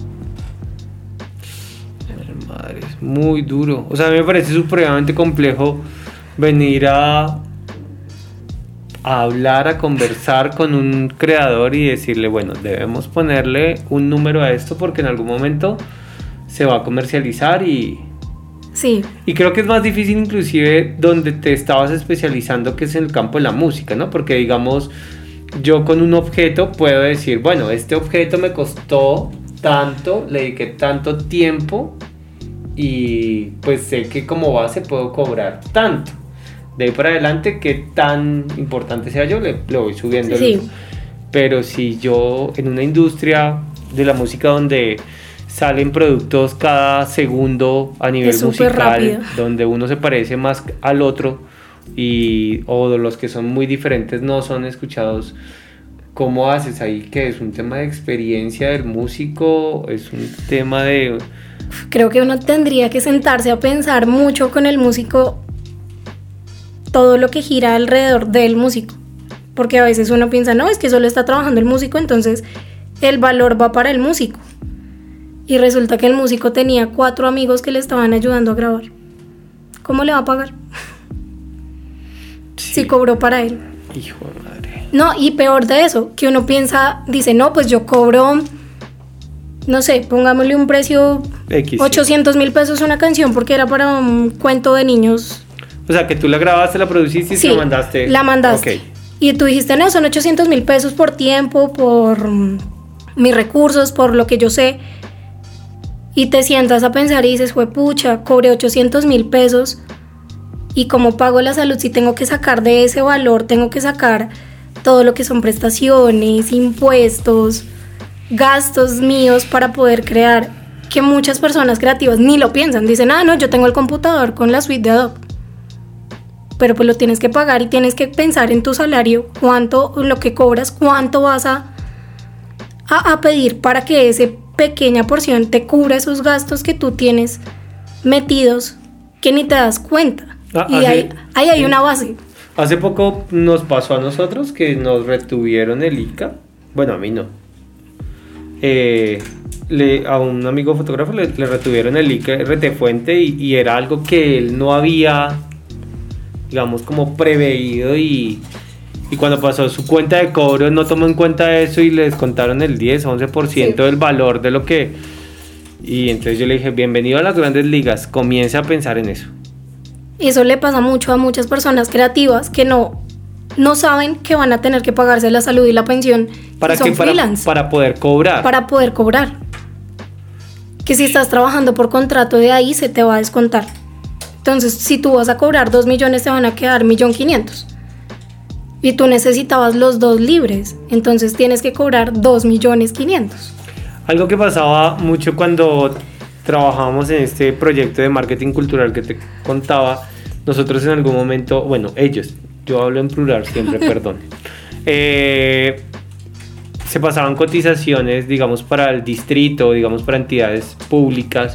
Madre, es muy duro. O sea, a mí me parece supremamente complejo venir a hablar, a conversar con un creador y decirle, bueno, debemos ponerle un número a esto porque en algún momento se va a comercializar Sí. Y creo que es más difícil inclusive donde te estabas especializando, que es en el campo de la música, ¿no? Porque digamos, yo con un objeto puedo decir, bueno, este objeto me costó tanto, le dediqué tanto tiempo y pues sé que como base puedo cobrar tanto. De ahí para adelante, que tan importante sea yo, le voy subiendo. Sí. Pero si yo en una industria de la música donde salen productos cada segundo a nivel musical, rápido, donde uno se parece más al otro o los que son muy diferentes no son escuchados, ¿cómo haces ahí? ¿Que es un tema de experiencia del músico? ¿Es un tema de...? Creo que uno tendría que sentarse a pensar mucho con el músico todo lo que gira alrededor del músico, porque a veces uno piensa, no, es que solo está trabajando el músico, entonces el valor va para el músico, y resulta que el músico tenía 4 amigos que le estaban ayudando a grabar. ¿Cómo le va a pagar? Sí. Si cobró para él. Hijo de madre. No, y peor de eso, que uno piensa, dice, no, pues yo cobro, no sé, pongámosle un precio, X, 800,000 pesos una canción porque era para un cuento de niños. O sea, que tú la grabaste, la produciste y Sí, la mandaste. la mandaste. Ok. Y tú dijiste, no, son 800,000 pesos por tiempo, por mis recursos, por lo que yo sé. Y te sientas a pensar y dices, pucha, cobré 800,000 pesos. ¿Y cómo pago la salud? Si tengo que sacar de ese valor, tengo que sacar todo lo que son prestaciones, impuestos, gastos míos para poder crear. Que muchas personas creativas ni lo piensan. Dicen, no, yo tengo el computador con la suite de Adobe. Pero pues lo tienes que pagar y tienes que pensar en tu salario, cuánto, lo que cobras, cuánto vas a pedir para que esa pequeña porción te cubra esos gastos que tú tienes metidos que ni te das cuenta. Y ahí hay una base. Hace poco nos pasó a nosotros que nos retuvieron el ICA. Bueno, a mí no. A un amigo fotógrafo le retuvieron el ICA RT Fuente y era algo que él no había, digamos, como preveído, y cuando pasó su cuenta de cobro no tomó en cuenta eso y le descontaron el 10 o 11% Sí. del valor de lo que... Y entonces yo le dije, bienvenido a las grandes ligas, comience a pensar en eso. Eso le pasa mucho a muchas personas creativas que no saben que van a tener que pagarse la salud y la pensión. ¿Para son qué? freelance. Para poder cobrar. Para poder cobrar. Que si estás trabajando por contrato, de ahí se te va a descontar. Entonces, si tú vas a cobrar 2 millones, te van a quedar 1.500.000. Y tú necesitabas los 2 libres. Entonces tienes que cobrar 2.500.000. Algo que pasaba mucho cuando trabajábamos en este proyecto de marketing cultural que te contaba, nosotros en algún momento, bueno, ellos, yo hablo en plural siempre, perdón, se pasaban cotizaciones, digamos, para el distrito, digamos, para entidades públicas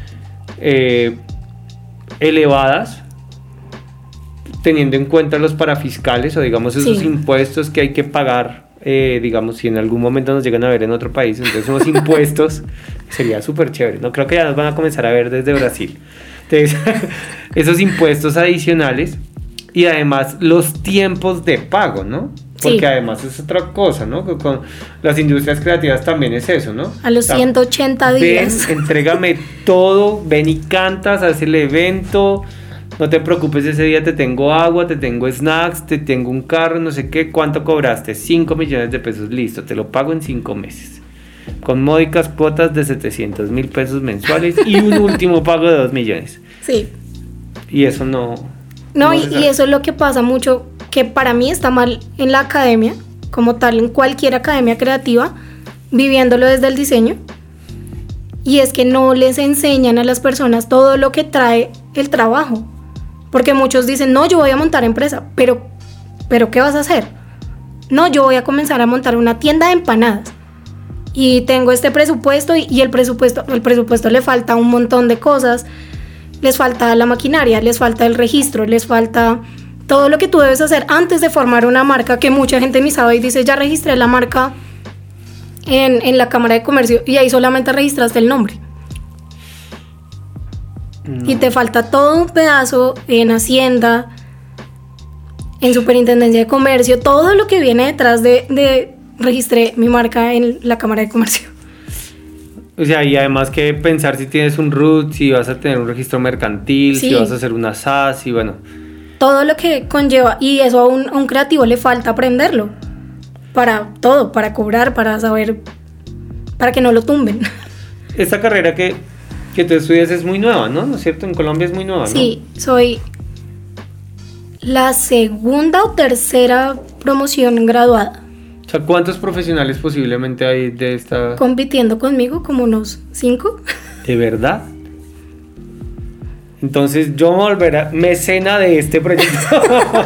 elevadas, teniendo en cuenta los parafiscales o digamos esos Sí. impuestos que hay que pagar digamos, si en algún momento nos llegan a ver en otro país, entonces unos impuestos, sería súper chévere. No creo que ya nos van a comenzar a ver desde Brasil. Entonces, esos impuestos adicionales y además los tiempos de pago, ¿no? Porque sí, además es otra cosa, ¿no? Con las industrias creativas también es eso, ¿no? A los 180 días. Ven, entrégame todo, ven y cantas, haz el evento, no te preocupes, ese día te tengo agua, te tengo snacks, te tengo un carro, no sé qué, ¿cuánto cobraste? 5 millones de pesos, listo, te lo pago en 5 meses. Con módicas cuotas de 700 mil pesos mensuales y un último pago de 2 millones. Sí. Y eso no... No, y eso es lo que pasa mucho, que para mí está mal en la academia, como tal, en cualquier academia creativa, viviéndolo desde el diseño. Y es que no les enseñan a las personas todo lo que trae el trabajo. Porque muchos dicen, no, yo voy a montar empresa, pero ¿qué vas a hacer? No, yo voy a comenzar a montar una tienda de empanadas. Y tengo este presupuesto y el presupuesto le falta un montón de cosas. Les falta la maquinaria, les falta el registro, les falta todo lo que tú debes hacer antes de formar una marca, que mucha gente ni sabe y dice, ya registré la marca en la Cámara de Comercio y ahí solamente registraste el nombre. No. Y te falta todo un pedazo en Hacienda, en Superintendencia de Comercio, todo lo que viene detrás de registré mi marca en la Cámara de Comercio. O sea, y además que pensar si tienes un RUT, si vas a tener un registro mercantil, sí, si vas a hacer una SAS y bueno. Todo lo que conlleva, y eso a un creativo le falta aprenderlo. Para todo, para cobrar, para saber, para que no lo tumben. Esta carrera que tú estudias es muy nueva, ¿no? ¿No es cierto? En Colombia es muy nueva, ¿no? Sí, soy la segunda o tercera promoción graduada. O sea, ¿cuántos profesionales posiblemente hay de esta...? Compitiendo conmigo, como unos 5. ¿De verdad? Entonces yo me volveré mecena de este proyecto.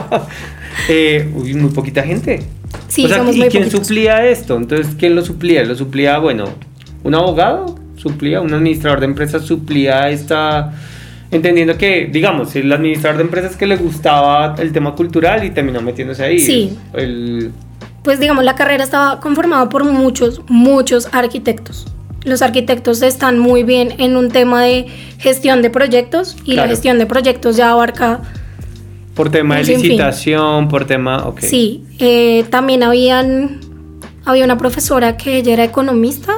Muy poquita gente. Sí, o sea, somos ¿y muy quién poquitos. suplía esto? Entonces, ¿quién lo suplía? Lo suplía, bueno, un abogado suplía, un administrador de empresas suplía esta... Entendiendo que, digamos, el administrador de empresas que le gustaba el tema cultural y terminó metiéndose ahí. Sí. Pues digamos, la carrera estaba conformada por muchos arquitectos. Los arquitectos están muy bien en un tema de gestión de proyectos y claro, la gestión de proyectos ya abarca... Por tema de licitación, por tema... Okay. Sí, también había una profesora que ella era economista,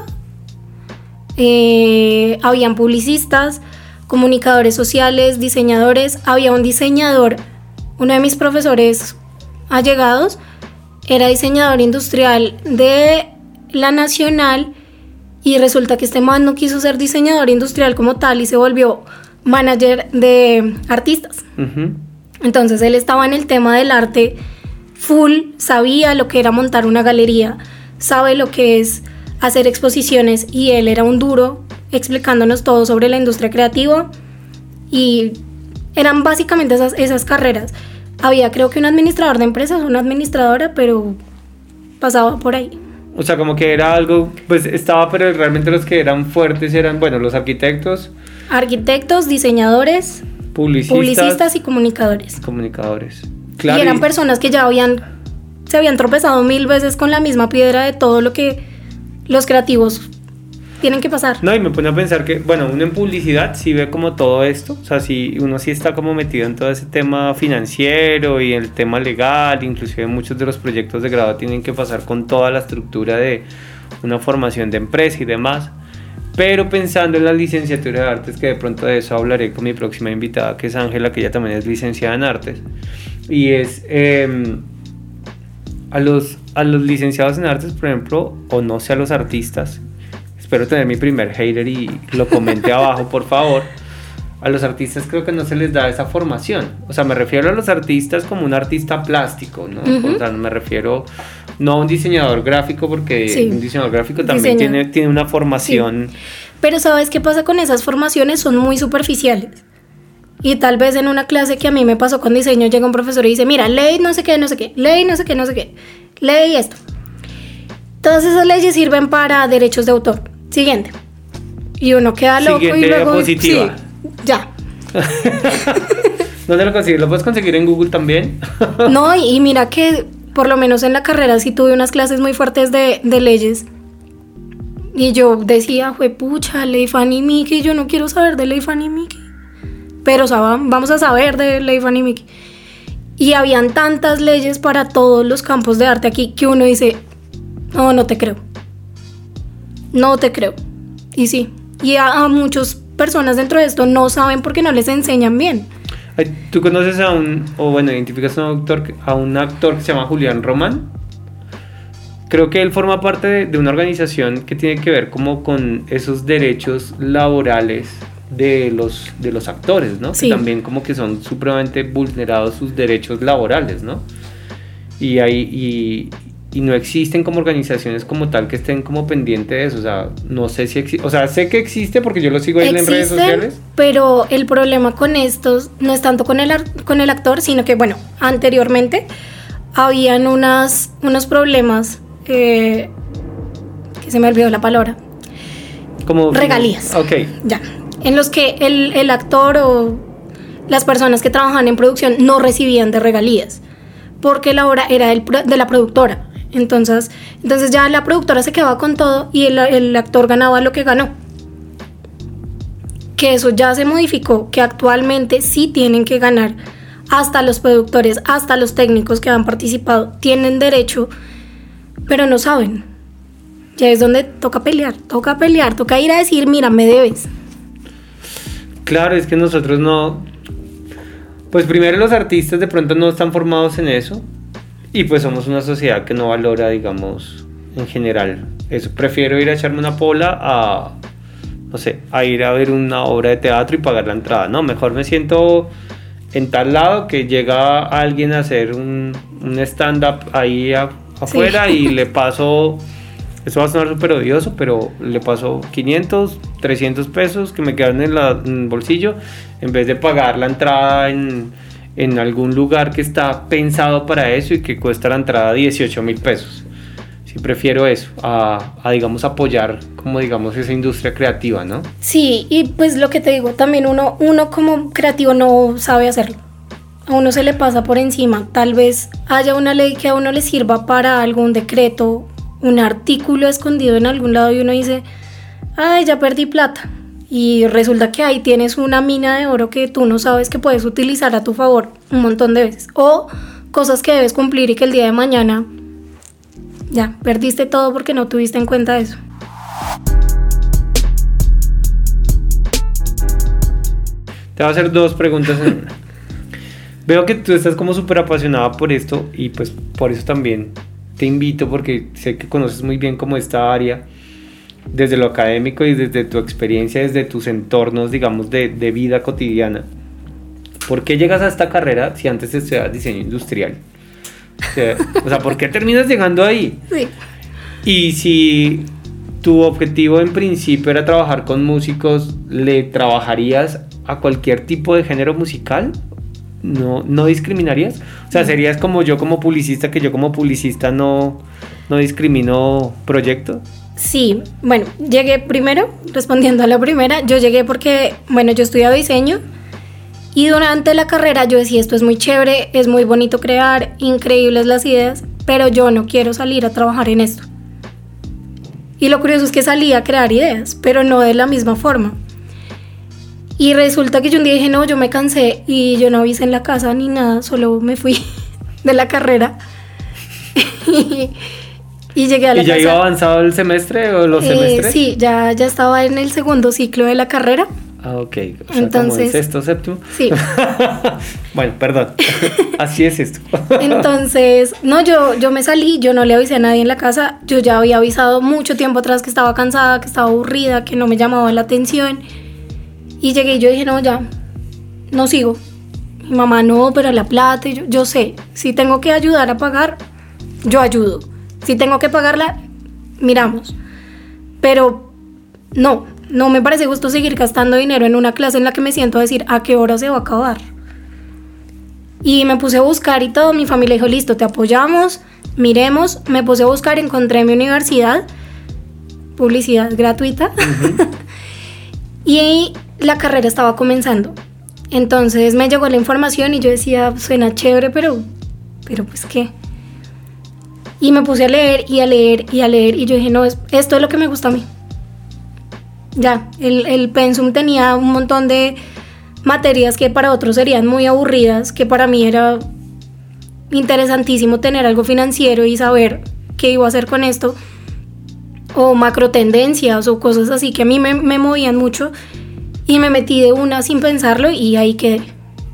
habían publicistas, comunicadores sociales, diseñadores, había un diseñador, uno de mis profesores allegados, era diseñador industrial de la Nacional y resulta que este man no quiso ser diseñador industrial como tal y se volvió manager de artistas. Uh-huh. Entonces él estaba en el tema del arte full, sabía lo que era montar una galería, sabe lo que es hacer exposiciones y él era un duro explicándonos todo sobre la industria creativa y eran básicamente esas carreras. Había creo que un administrador de empresas, una administradora, pero pasaba por ahí. O sea, como que era algo, pues estaba, pero realmente los que eran fuertes eran, bueno, los arquitectos. Arquitectos, diseñadores, publicistas y comunicadores. Claro. Y eran personas que ya se habían tropezado 1000 veces con la misma piedra de todo lo que los creativos tienen que pasar. No, y me pone a pensar que, bueno, uno en publicidad sí ve como todo esto, o sea, sí, uno sí está como metido en todo ese tema financiero y el tema legal, inclusive muchos de los proyectos de grado tienen que pasar con toda la estructura de una formación de empresa y demás, pero pensando en la licenciatura de artes, que de pronto de eso hablaré con mi próxima invitada, que es Ángela, que ella también es licenciada en artes, y es a los licenciados en artes, por ejemplo, o no sé, a los artistas. Espero tener mi primer hater y lo comente abajo, por favor. A los artistas creo que no se les da esa formación. O sea, me refiero a los artistas como un artista plástico, ¿no? Uh-huh. O sea, me refiero no a un diseñador gráfico, porque sí, un diseñador gráfico también tiene una formación. Sí. Pero ¿sabes qué pasa con esas formaciones? Son muy superficiales. Y tal vez en una clase que a mí me pasó con diseño llega un profesor y dice, mira, ley no sé qué, ley no sé qué, ley esto. Todas esas leyes sirven para derechos de autor. Siguiente. Y uno queda loco. Siguiente y luego diapositiva. Sí, ya. ¿Dónde lo consigues? ¿Lo puedes conseguir en Google también? No, y mira que por lo menos en la carrera sí tuve unas clases muy fuertes de leyes. Y yo decía, juepucha, ley Fanny Mickey, yo no quiero saber de ley Fanny Mickey. Pero vamos a saber de ley Fanny Mickey. Y habían tantas leyes para todos los campos de arte aquí que uno dice, no te creo. No te creo. Y sí, y a muchas personas dentro de esto no saben porque no les enseñan bien. ¿Tú conoces identificas a un actor que se llama Julián Román? Creo que él forma parte de una organización que tiene que ver como con esos derechos laborales de los actores, ¿no? Sí. Que también como que son supremamente vulnerados sus derechos laborales, ¿no? Y no existen como organizaciones como tal que estén como pendientes de eso. O sea, no sé si existe. O sea, sé que existe porque yo lo sigo ahí en redes sociales. Pero el problema con estos no es tanto con el actor, sino que, bueno, anteriormente habían unos problemas que se me olvidó la palabra. Como regalías. Ok. Ya. En los que el actor o las personas que trabajaban en producción no recibían de regalías, porque la obra era de la productora. Entonces ya la productora se quedaba con todo y el actor ganaba lo que ganó. Que eso ya se modificó, que actualmente sí tienen que ganar, hasta los productores, hasta los técnicos que han participado, tienen derecho, pero no saben. Ya es donde toca pelear, toca ir a decir, mira, me debes. Claro, es que nosotros no... Pues primero los artistas de pronto no están formados en eso y pues somos una sociedad que no valora, digamos, en general eso. Prefiero ir a echarme una pola a ir a ver una obra de teatro y pagar la entrada. No, mejor me siento en tal lado que llega alguien a hacer un stand-up ahí afuera, sí. Y le paso... Eso va a sonar súper odioso, pero le paso 500, 300 pesos que me quedan en el bolsillo en vez de pagar la entrada en algún lugar que está pensado para eso y que cuesta la entrada 18,000 pesos. Sí, prefiero eso digamos, apoyar como, digamos, esa industria creativa, ¿no? Sí, y pues lo que te digo, también uno como creativo no sabe hacerlo. A uno se le pasa por encima. Tal vez haya una ley que a uno le sirva para algún decreto, un artículo escondido en algún lado y uno dice, ay, ya perdí plata. Y resulta que ahí tienes una mina de oro que tú no sabes que puedes utilizar a tu favor un montón de veces. O cosas que debes cumplir y que el día de mañana ya perdiste todo porque no tuviste en cuenta eso. Te voy a hacer 2 preguntas en una. Veo que tú estás como súper apasionada por esto y pues por eso también te invito, porque sé que conoces muy bien como esta área desde lo académico y desde tu experiencia, desde tus entornos, digamos, de vida cotidiana. ¿Por qué llegas a esta carrera si antes estudiabas diseño industrial? O sea, ¿por qué terminas llegando ahí? Sí. Y si tu objetivo en principio era trabajar con músicos, ¿le trabajarías a cualquier tipo de género musical? ¿No discriminarías? O sea, ¿serías como yo como publicista, que yo como publicista no discrimino proyectos? Sí, bueno, llegué primero, respondiendo a la primera, yo llegué porque, bueno, yo estudiaba diseño y durante la carrera yo decía, esto es muy chévere, es muy bonito crear, increíbles las ideas, pero yo no quiero salir a trabajar en esto. Y lo curioso es que salí a crear ideas, pero no de la misma forma. Y resulta que yo un día dije, no, yo me cansé y yo no avisé en la casa ni nada, solo me fui de la carrera y llegué a la casa. ¿Y ya iba avanzado el semestre o los semestres? Sí, ya estaba en el segundo ciclo de la carrera. Ah, ok. O sea, entonces, como en sexto, séptimo. Sí. Bueno, perdón. Así es esto. Entonces, no, yo me salí, yo no le avisé a nadie en la casa. Yo ya había avisado mucho tiempo atrás que estaba cansada, que estaba aburrida, que no me llamaba la atención. Y llegué y yo dije, no, ya, no sigo. Mi mamá, no, pero la plata, y yo sé, si tengo que ayudar a pagar, yo ayudo. Si tengo que pagarla, miramos. Pero no me parece justo seguir gastando dinero en una clase en la que me siento a decir a qué hora se va a acabar. Y me puse a buscar y todo, mi familia dijo, listo, te apoyamos, miremos. Me puse a buscar, encontré mi universidad, publicidad gratuita. Uh-huh. Y la carrera estaba comenzando. Entonces me llegó la información y yo decía, suena chévere, pero pues ¿qué? Y me puse a leer y a leer y a leer y yo dije, no, esto es lo que me gusta a mí. Ya, el pensum tenía un montón de materias que para otros serían muy aburridas, que para mí era interesantísimo tener algo financiero y saber qué iba a hacer con esto, o macro tendencias o cosas así que a mí me movían mucho, y me metí de una sin pensarlo y ahí quedé.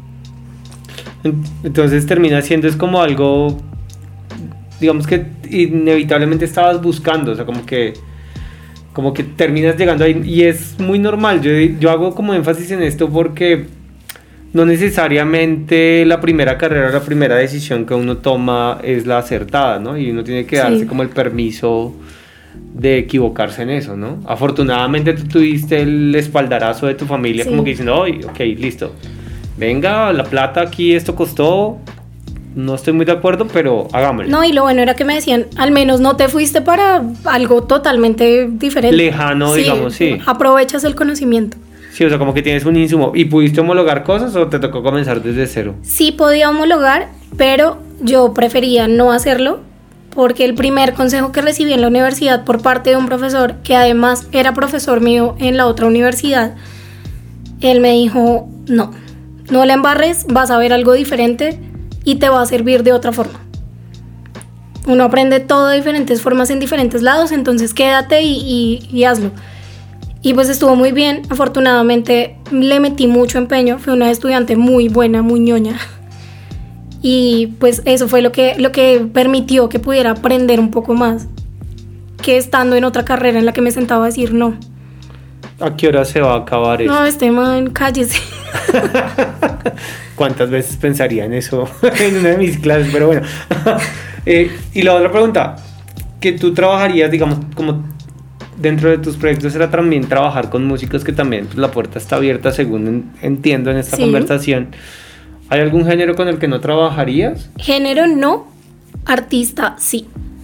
Entonces termina siendo es como algo, digamos que inevitablemente estabas buscando, o sea, como que terminas llegando ahí, y es muy normal. Yo hago como énfasis en esto porque no necesariamente la primera carrera, la primera decisión que uno toma es la acertada, ¿no? Y uno tiene que darse como el permiso de equivocarse en eso, ¿no? Afortunadamente tú tuviste el espaldarazo de tu familia, como que diciendo, oye, ok, listo, venga, la plata aquí, esto costó, no estoy muy de acuerdo, pero hagámoslo. No, y lo bueno era que me decían, al menos no te fuiste para algo totalmente diferente. Lejano, digamos, sí. Aprovechas el conocimiento. Sí, o sea, como que tienes un insumo. ¿Y pudiste homologar cosas o te tocó comenzar desde cero? Sí podía homologar, pero yo prefería no hacerlo, porque el primer consejo que recibí en la universidad por parte de un profesor, que además era profesor mío en la otra universidad, él me dijo, no la embarres, vas a ver algo diferente y te va a servir de otra forma. Uno aprende todo de diferentes formas en diferentes lados, entonces quédate y hazlo. Y pues estuvo muy bien, afortunadamente le metí mucho empeño, fui una estudiante muy buena, muy ñoña. Y pues eso fue lo que permitió que pudiera aprender un poco más que estando en otra carrera en la que me sentaba a decir no. ¿A qué hora se va a acabar eso? No, este man, cállese. ¿Cuántas veces pensaría en eso en una de mis clases? Pero bueno. Y la otra pregunta, que tú trabajarías, digamos, como dentro de tus proyectos era también trabajar con músicos, que también pues, la puerta está abierta según entiendo en esta conversación. ¿Hay algún género con el que no trabajarías? Género no, artista sí.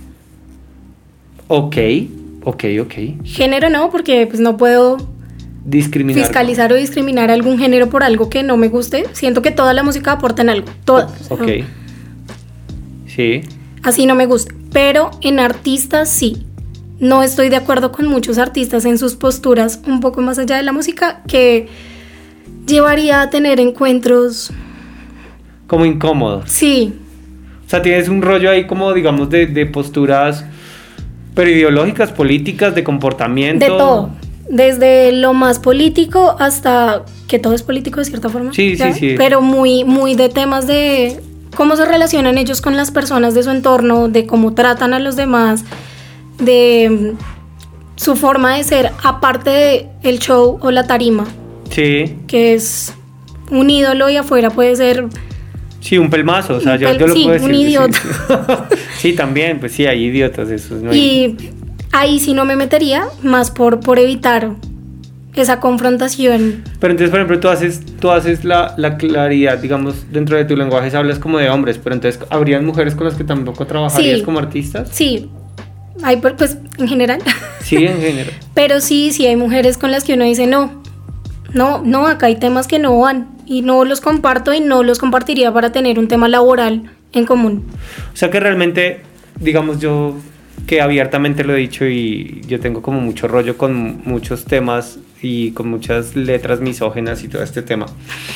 Ok. Género no, porque pues no puedo fiscalizar o discriminar algún género por algo que no me guste. Siento que toda la música aporta en algo, toda. Ok. Sí. Así no me gusta, pero en artistas sí. No estoy de acuerdo con muchos artistas en sus posturas un poco más allá de la música, que llevaría a tener encuentros como incómodos. Sí. O sea, tienes un rollo ahí como, digamos, de posturas, pero ideológicas, políticas, de comportamiento. De todo. Desde lo más político hasta que todo es político de cierta forma. Sí. Pero muy, muy de temas de cómo se relacionan ellos con las personas de su entorno, de cómo tratan a los demás, de su forma de ser, aparte de el show o la tarima. Sí. Que es un ídolo y afuera puede ser... Sí, un pelmazo, o sea, yo lo puedo decir. Un idiota. Sí, también, pues sí, hay idiotas esos. ¿No? Y ahí sí no me metería, más por evitar esa confrontación. Pero entonces, por ejemplo, tú haces la claridad, digamos, dentro de tu lenguaje hablas como de hombres, pero entonces, ¿habrían mujeres con las que tampoco trabajarías como artistas? Sí, hay, pues, en general. Sí, en general. Pero sí hay mujeres con las que uno dice, no, acá hay temas que no van. Y no los comparto y no los compartiría para tener un tema laboral en común. O sea que realmente, digamos, yo que abiertamente lo he dicho y yo tengo como mucho rollo con muchos temas y con muchas letras misóginas y todo este tema.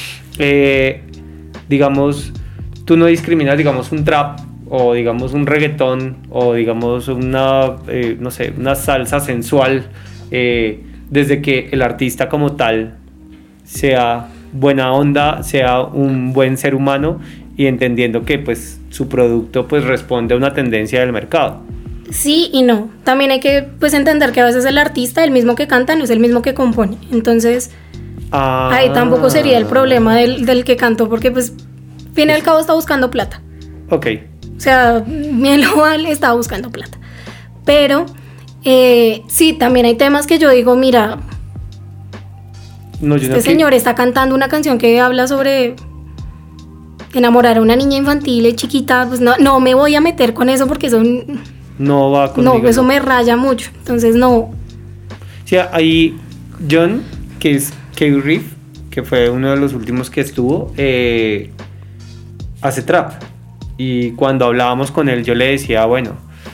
Digamos, tú no discriminas, digamos, un trap o digamos un reggaetón o digamos una, no sé, una salsa sensual, desde que el artista como tal sea buena onda, sea un buen ser humano y entendiendo que pues su producto pues responde a una tendencia del mercado. Sí y no, también hay que pues entender que a veces el artista, el mismo que canta, no es el mismo que compone, entonces ahí tampoco sería el problema del que cantó, porque pues al fin y al cabo está buscando plata. Ok. O sea, bien global está buscando plata, pero sí, también hay temas que yo digo, mira, no, este señor está cantando una canción que habla sobre enamorar a una niña infantil chiquita, pues no me voy a meter con eso porque eso no va conmigo. No, eso me raya mucho, entonces no. Sí, ahí John, que es K-Riff, que fue uno de los últimos que estuvo, hace trap. Y cuando hablábamos con él yo le decía, bueno,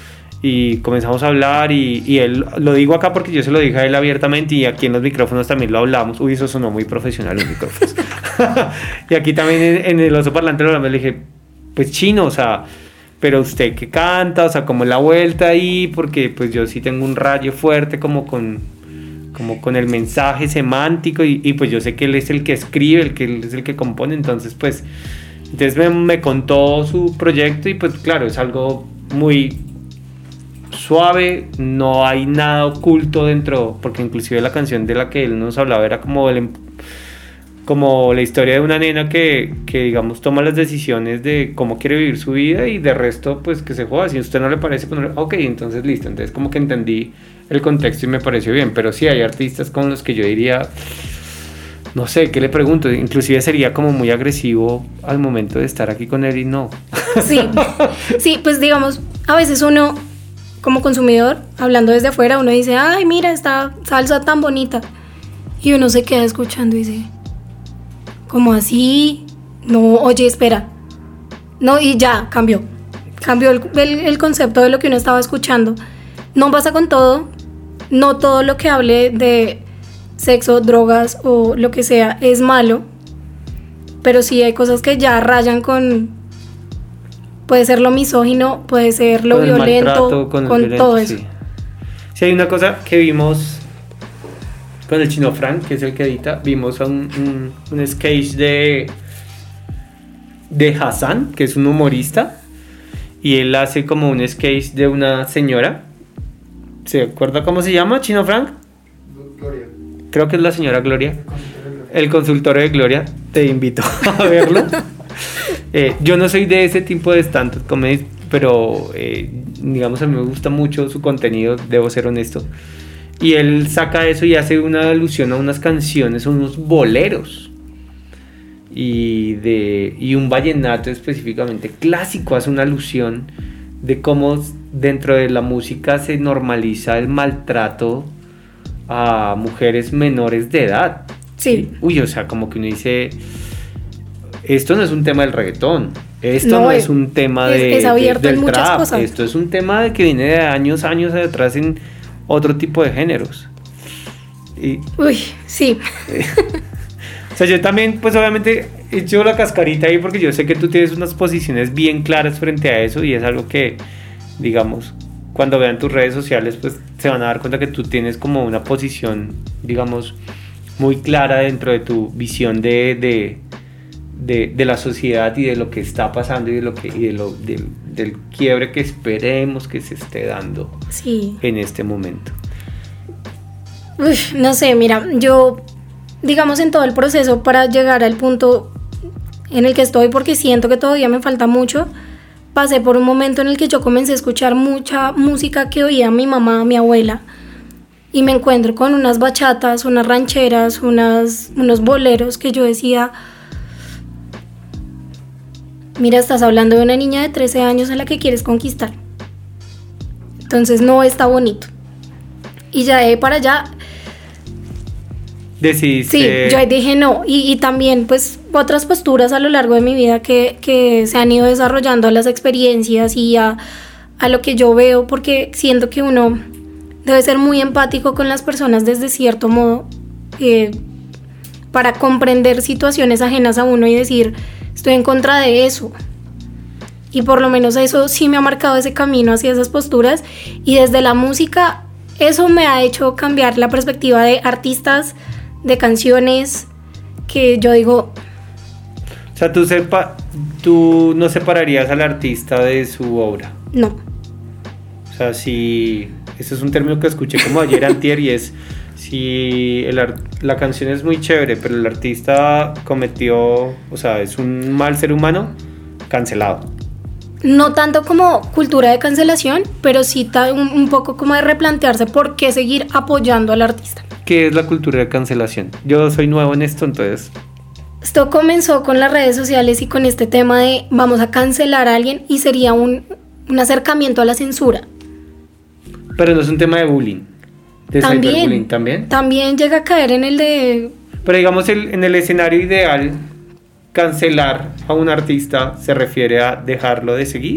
y comenzamos a hablar y él, lo digo acá porque yo se lo dije a él abiertamente y aquí en los micrófonos también lo hablamos. Uy, eso sonó muy profesional los micrófonos. Y aquí también en el oso parlante lo hablamos, le dije, pues chino, o sea, pero usted que canta, o sea, como la vuelta ahí, porque pues yo sí tengo un rayo fuerte como con el mensaje semántico y pues yo sé que él es el que escribe, él es el que compone, entonces me contó su proyecto y pues claro, es algo muy suave, no hay nada oculto dentro, porque inclusive la canción de la que él nos hablaba era como la historia de una nena que digamos toma las decisiones de cómo quiere vivir su vida y de resto pues que se joda, si a usted no le parece pues ok, entonces listo, entonces como que entendí el contexto y me pareció bien, pero sí hay artistas con los que yo diría, no sé, ¿qué le pregunto? Inclusive sería como muy agresivo al momento de estar aquí con él y no. Sí, pues digamos, a veces uno como consumidor, hablando desde afuera, uno dice, ay, mira, esta salsa tan bonita, y uno se queda escuchando y dice, ¿cómo así? No, oye, espera. No, y ya, cambió el concepto de lo que uno estaba escuchando. No pasa con todo, no todo lo que hable de sexo, drogas o lo que sea es malo, pero sí hay cosas que ya rayan con, puede ser lo misógino, puede ser lo violento, con todo eso. Sí, hay una cosa que vimos con el Chino Frank, que es el que edita, vimos un sketch de Hassan, que es un humorista, y él hace como un sketch de una señora. ¿Se acuerda cómo se llama, Chino Frank? Gloria. Creo que es la señora Gloria. El consultorio de Gloria. Te invito a verlo. Yo no soy de ese tipo de stand-up comedy, pero digamos a mí me gusta mucho su contenido, debo ser honesto. Y él saca eso y hace una alusión a unas canciones, unos boleros. Y un vallenato específicamente clásico, hace una alusión de cómo dentro de la música se normaliza el maltrato a mujeres menores de edad. Sí. Uy, o sea, como que uno dice, esto no es un tema del reggaetón, esto no es un tema es abierto del en muchas trap, cosas. esto es un tema que viene de años atrás en otro tipo de géneros. Uy, sí. O sea, yo también, pues obviamente he hecho la cascarita ahí porque yo sé que tú tienes unas posiciones bien claras frente a eso y es algo que, digamos, cuando vean tus redes sociales, pues se van a dar cuenta que tú tienes como una posición, digamos, muy clara dentro de tu visión de la sociedad y de lo que está pasando y del quiebre que esperemos que se esté dando en este momento. Uf, no sé, mira, yo, digamos, en todo el proceso para llegar al punto en el que estoy, porque siento que todavía me falta mucho, pasé por un momento en el que yo comencé a escuchar mucha música que oía mi mamá, mi abuela, y me encuentro con unas bachatas, unas rancheras, unos boleros que yo decía, mira, estás hablando de una niña de 13 años a la que quieres conquistar. Entonces no está bonito. Y ya de ahí para allá decidiste... Sí, yo ahí dije no. Y también pues otras posturas a lo largo de mi vida que se han ido desarrollando a las experiencias y a lo que yo veo, porque siento que uno debe ser muy empático con las personas desde cierto modo, para comprender situaciones ajenas a uno y decir, estoy en contra de eso. Y por lo menos eso sí me ha marcado ese camino hacia esas posturas, y desde la música eso me ha hecho cambiar la perspectiva de artistas, de canciones, que yo digo... O sea, tú no separarías al artista de su obra. No. O sea, si... Este es un término que escuché como ayer antier y es... Si la canción es muy chévere, pero el artista cometió... O sea, es un mal ser humano, cancelado. No tanto como cultura de cancelación, pero sí un poco como de replantearse por qué seguir apoyando al artista. ¿Qué es la cultura de cancelación? Yo soy nuevo en esto, entonces... Esto comenzó con las redes sociales y con este tema de vamos a cancelar a alguien, y sería un acercamiento a la censura. Pero no es un tema de bullying. De cyberbullying también. También llega a caer en el de... Pero digamos, en el escenario ideal, cancelar a un artista se refiere a dejarlo de seguir.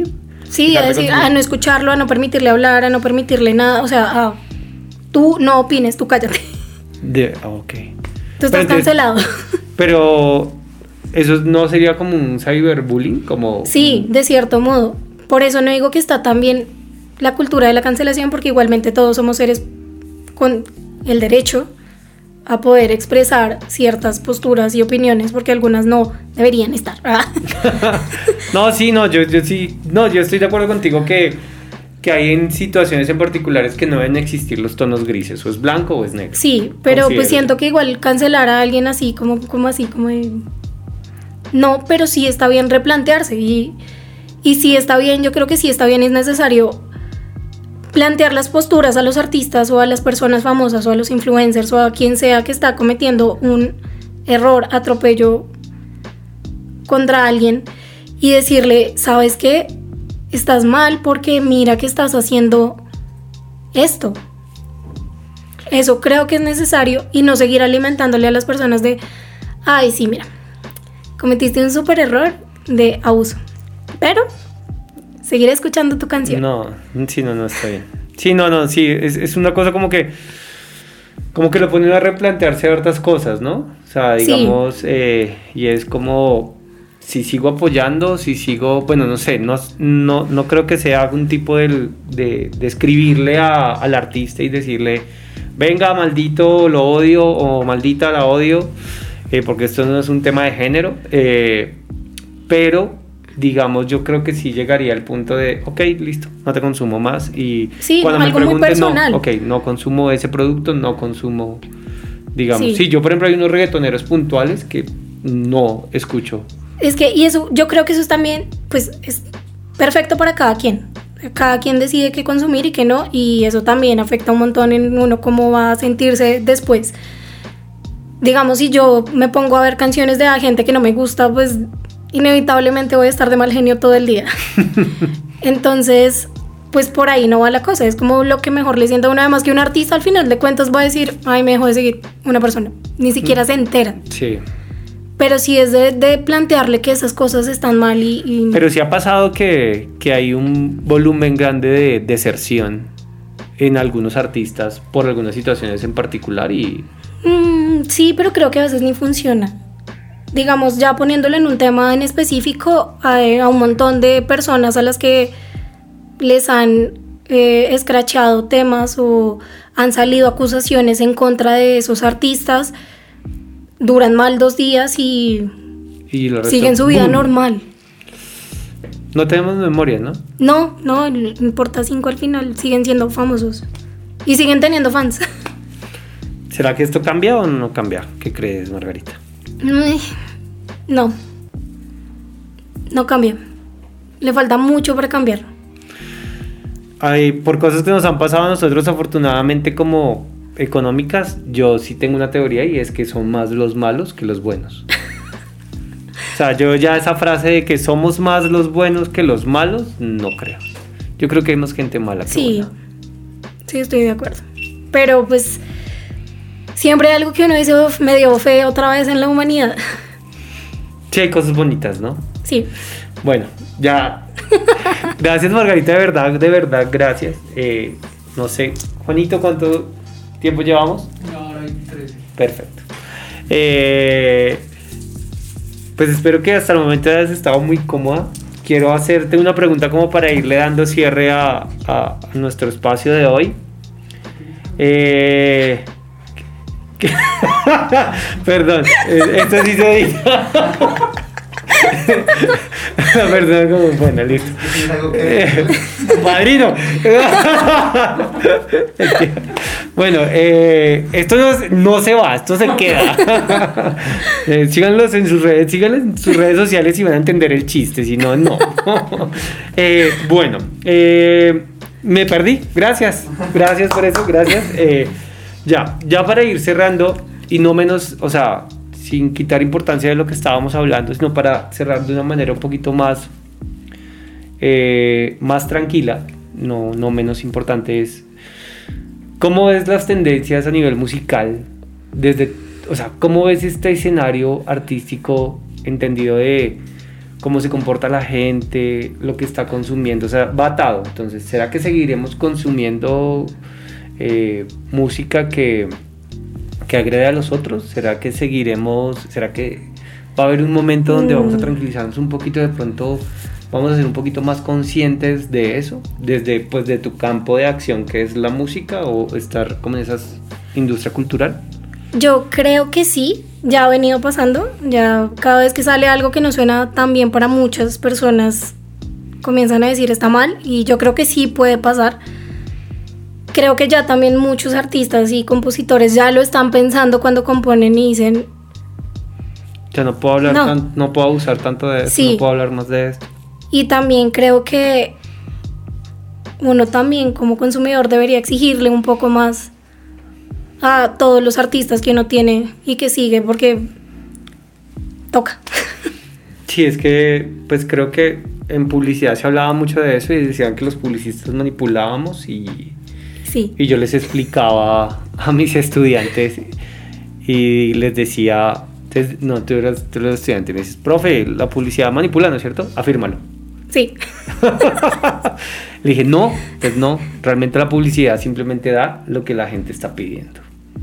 Sí, a decir, a no escucharlo, a no permitirle hablar, a no permitirle nada, o sea, tú no opines, tú cállate. Ok. Tú estás cancelado. Pero eso no sería como un cyberbullying, como... Sí, de cierto modo. Por eso no digo que está tan bien la cultura de la cancelación, porque igualmente todos somos seres con el derecho a poder expresar ciertas posturas y opiniones, porque algunas no deberían estar. No, sí, no, yo sí, no, yo estoy de acuerdo contigo que hay en situaciones en particulares que no deben existir los tonos grises, o es blanco o es negro. Sí, pero pues siento que igual cancelar a alguien así, como de... No, pero sí está bien replantearse, y sí está bien, yo creo que sí está bien, es necesario plantear las posturas a los artistas o a las personas famosas o a los influencers o a quien sea que está cometiendo un error, atropello contra alguien, y decirle, ¿sabes qué? Estás mal porque mira que estás haciendo esto. Eso creo que es necesario, y no seguir alimentándole a las personas de, ay, sí, mira, cometiste un súper error de abuso, pero seguir escuchando tu canción. No, sí, no está bien. Sí, no, sí, es una cosa como que lo ponen a replantearse ciertas cosas, ¿no? O sea, digamos, sí. Y es como, si sigo apoyando, si sigo, bueno, no sé, no creo que sea algún tipo de escribirle al artista y decirle, venga, maldito, lo odio, o maldita, la odio, porque esto no es un tema de género, pero... digamos, yo creo que sí llegaría al punto de, ok, listo, no te consumo más, y sí, cuando me pregunten, no, ok, no consumo ese producto, no consumo, digamos, sí, yo por ejemplo hay unos reggaetoneros puntuales que no escucho. Es que, y eso, yo creo que eso es también, pues, es perfecto para cada quien decide qué consumir y qué no, y eso también afecta un montón en uno cómo va a sentirse después. Digamos, si yo me pongo a ver canciones de gente que no me gusta, pues inevitablemente voy a estar de mal genio todo el día. Entonces, pues por ahí no va la cosa. Es como lo que mejor le sienta a uno. Además que un artista al final de cuentas va a decir, ay, me dejó de seguir una persona. Ni siquiera se entera. Sí. Pero sí es de plantearle que esas cosas están mal y... Pero sí ha pasado que hay un volumen grande de deserción en algunos artistas por algunas situaciones en particular y... sí, pero creo que a veces ni funciona. Digamos, ya poniéndolo en un tema en específico, a un montón de personas a las que les han escrachado temas o han salido acusaciones en contra de esos artistas, duran mal 2 días y siguen su vida normal. No tenemos memoria, ¿no? No importa 5 al final, siguen siendo famosos y siguen teniendo fans. ¿Será que esto cambia o no cambia? ¿Qué crees, Margarita? No cambia. Le falta mucho para cambiar. Por cosas que nos han pasado a nosotros, afortunadamente, como económicas, yo sí tengo una teoría, y es que son más los malos que los buenos. O sea, yo ya esa frase de que somos más los buenos que los malos, no creo. Yo creo que hay más gente mala que buena. Sí, estoy de acuerdo. Pero pues siempre hay algo que uno dice, me dio fe otra vez en la humanidad. Sí, hay cosas bonitas, ¿no? Sí. Bueno, ya. Gracias, Margarita, de verdad, gracias. No sé, Juanito, ¿cuánto tiempo llevamos? 1:13. Perfecto. Pues espero que hasta el momento hayas estado muy cómoda. Quiero hacerte una pregunta como para irle dando cierre a nuestro espacio de hoy. Perdón, esto sí se dice. Perdón, como bueno, listo. Padrino. Bueno, esto no se va, esto se queda. Síganlos en sus redes, sociales y van a entender el chiste, si no, no. Bueno, me perdí, gracias por eso, gracias. Ya para ir cerrando, y no menos, o sea, sin quitar importancia de lo que estábamos hablando, sino para cerrar de una manera un poquito más tranquila, no menos importante, es ¿cómo ves las tendencias a nivel musical? O sea, ¿cómo ves este escenario artístico entendido de cómo se comporta la gente, lo que está consumiendo, o sea, va atado. Entonces, ¿será que seguiremos consumiendo música que agrede a los otros? ¿Será que va a haber un momento donde vamos a tranquilizarnos un poquito, de pronto vamos a ser un poquito más conscientes de eso, desde pues de tu campo de acción que es la música, o estar como en esa industria cultural? Yo creo que sí, ya ha venido pasando, ya cada vez que sale algo que no suena tan bien para muchas personas comienzan a decir está mal, y yo creo que sí puede pasar. Creo que ya también muchos artistas y compositores ya lo están pensando cuando componen y dicen... Ya no puedo hablar, no puedo abusar tanto de esto, sí. No puedo hablar más de esto. Y también creo que uno también como consumidor debería exigirle un poco más a todos los artistas que uno tiene y que sigue, porque toca. Sí, es que pues creo que en publicidad se hablaba mucho de eso y decían que los publicistas manipulábamos, y yo les explicaba a mis estudiantes y les decía, no, tú eres estudiante, me dices, profe, la publicidad manipula, ¿no es cierto? Afírmalo. Sí. Le dije, no, pues no, realmente la publicidad simplemente da lo que la gente está pidiendo.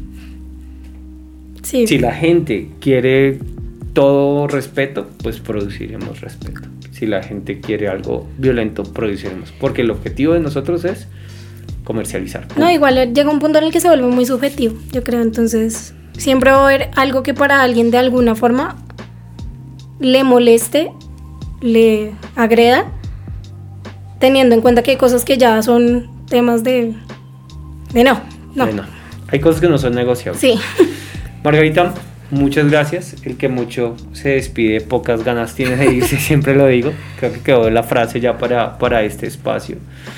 Sí. Si la gente quiere todo respeto, pues produciremos respeto. Si la gente quiere algo violento, produciremos, porque el objetivo de nosotros es comercializar. No, igual llega un punto en el que se vuelve muy subjetivo, yo creo, entonces siempre va a haber algo que para alguien de alguna forma le moleste, le agreda, teniendo en cuenta que hay cosas que ya son temas de no. Hay cosas que no son negociables. Sí. Margarita, muchas gracias. El que mucho se despide, pocas ganas tiene de irse, siempre lo digo. Creo que quedó la frase ya para este espacio.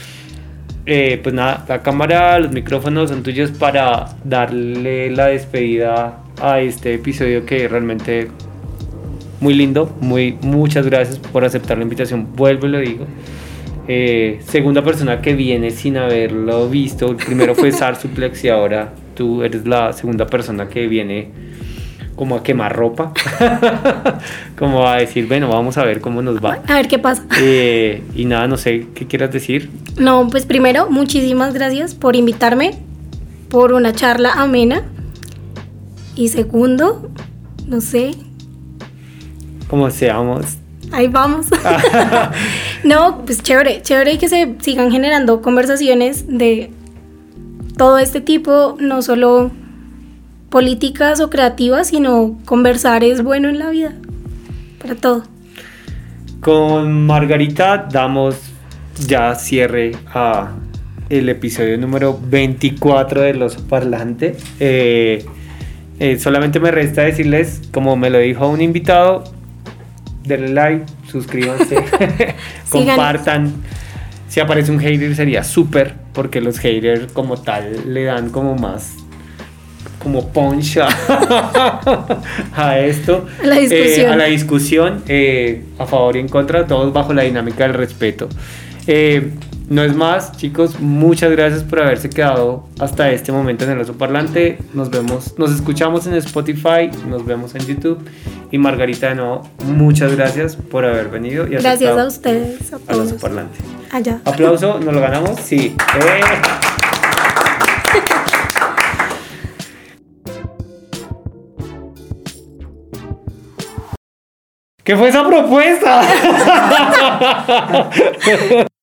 Pues nada, la cámara, los micrófonos son tuyos para darle la despedida a este episodio, que realmente muy lindo. Muchas gracias por aceptar la invitación, vuelvo y lo digo. Segunda persona que viene sin haberlo visto. El primero fue Sarsuplex y ahora tú eres la segunda persona que viene como a quemar ropa. Como a decir, bueno, vamos a ver cómo nos va. A ver qué pasa. Y nada, no sé, ¿qué quieras decir? No, pues primero, muchísimas gracias por invitarme, por una charla amena. Y segundo, no sé. Como seamos. Ahí vamos. No, pues chévere que se sigan generando conversaciones de todo este tipo, no solo políticas o creativas, sino conversar es bueno en la vida, para todo. Con Margarita damos ya cierre a el episodio número 24 del Oso Parlante. Solamente me resta decirles, como me lo dijo un invitado, denle like, suscríbanse, compartan. Si aparece un hater sería súper, porque los haters como tal le dan como más, como punch a esto, a la discusión, a favor y en contra, todos bajo la dinámica del respeto. No es más, chicos, muchas gracias por haberse quedado hasta este momento en el Oso Parlante. Nos escuchamos en Spotify, nos vemos en YouTube. Y Margarita, de nuevo, muchas gracias por haber venido. Y gracias a ustedes, a todos. Al Oso Parlante. Allá. Aplauso, ¿nos lo ganamos? Sí. ¿Qué fue esa propuesta?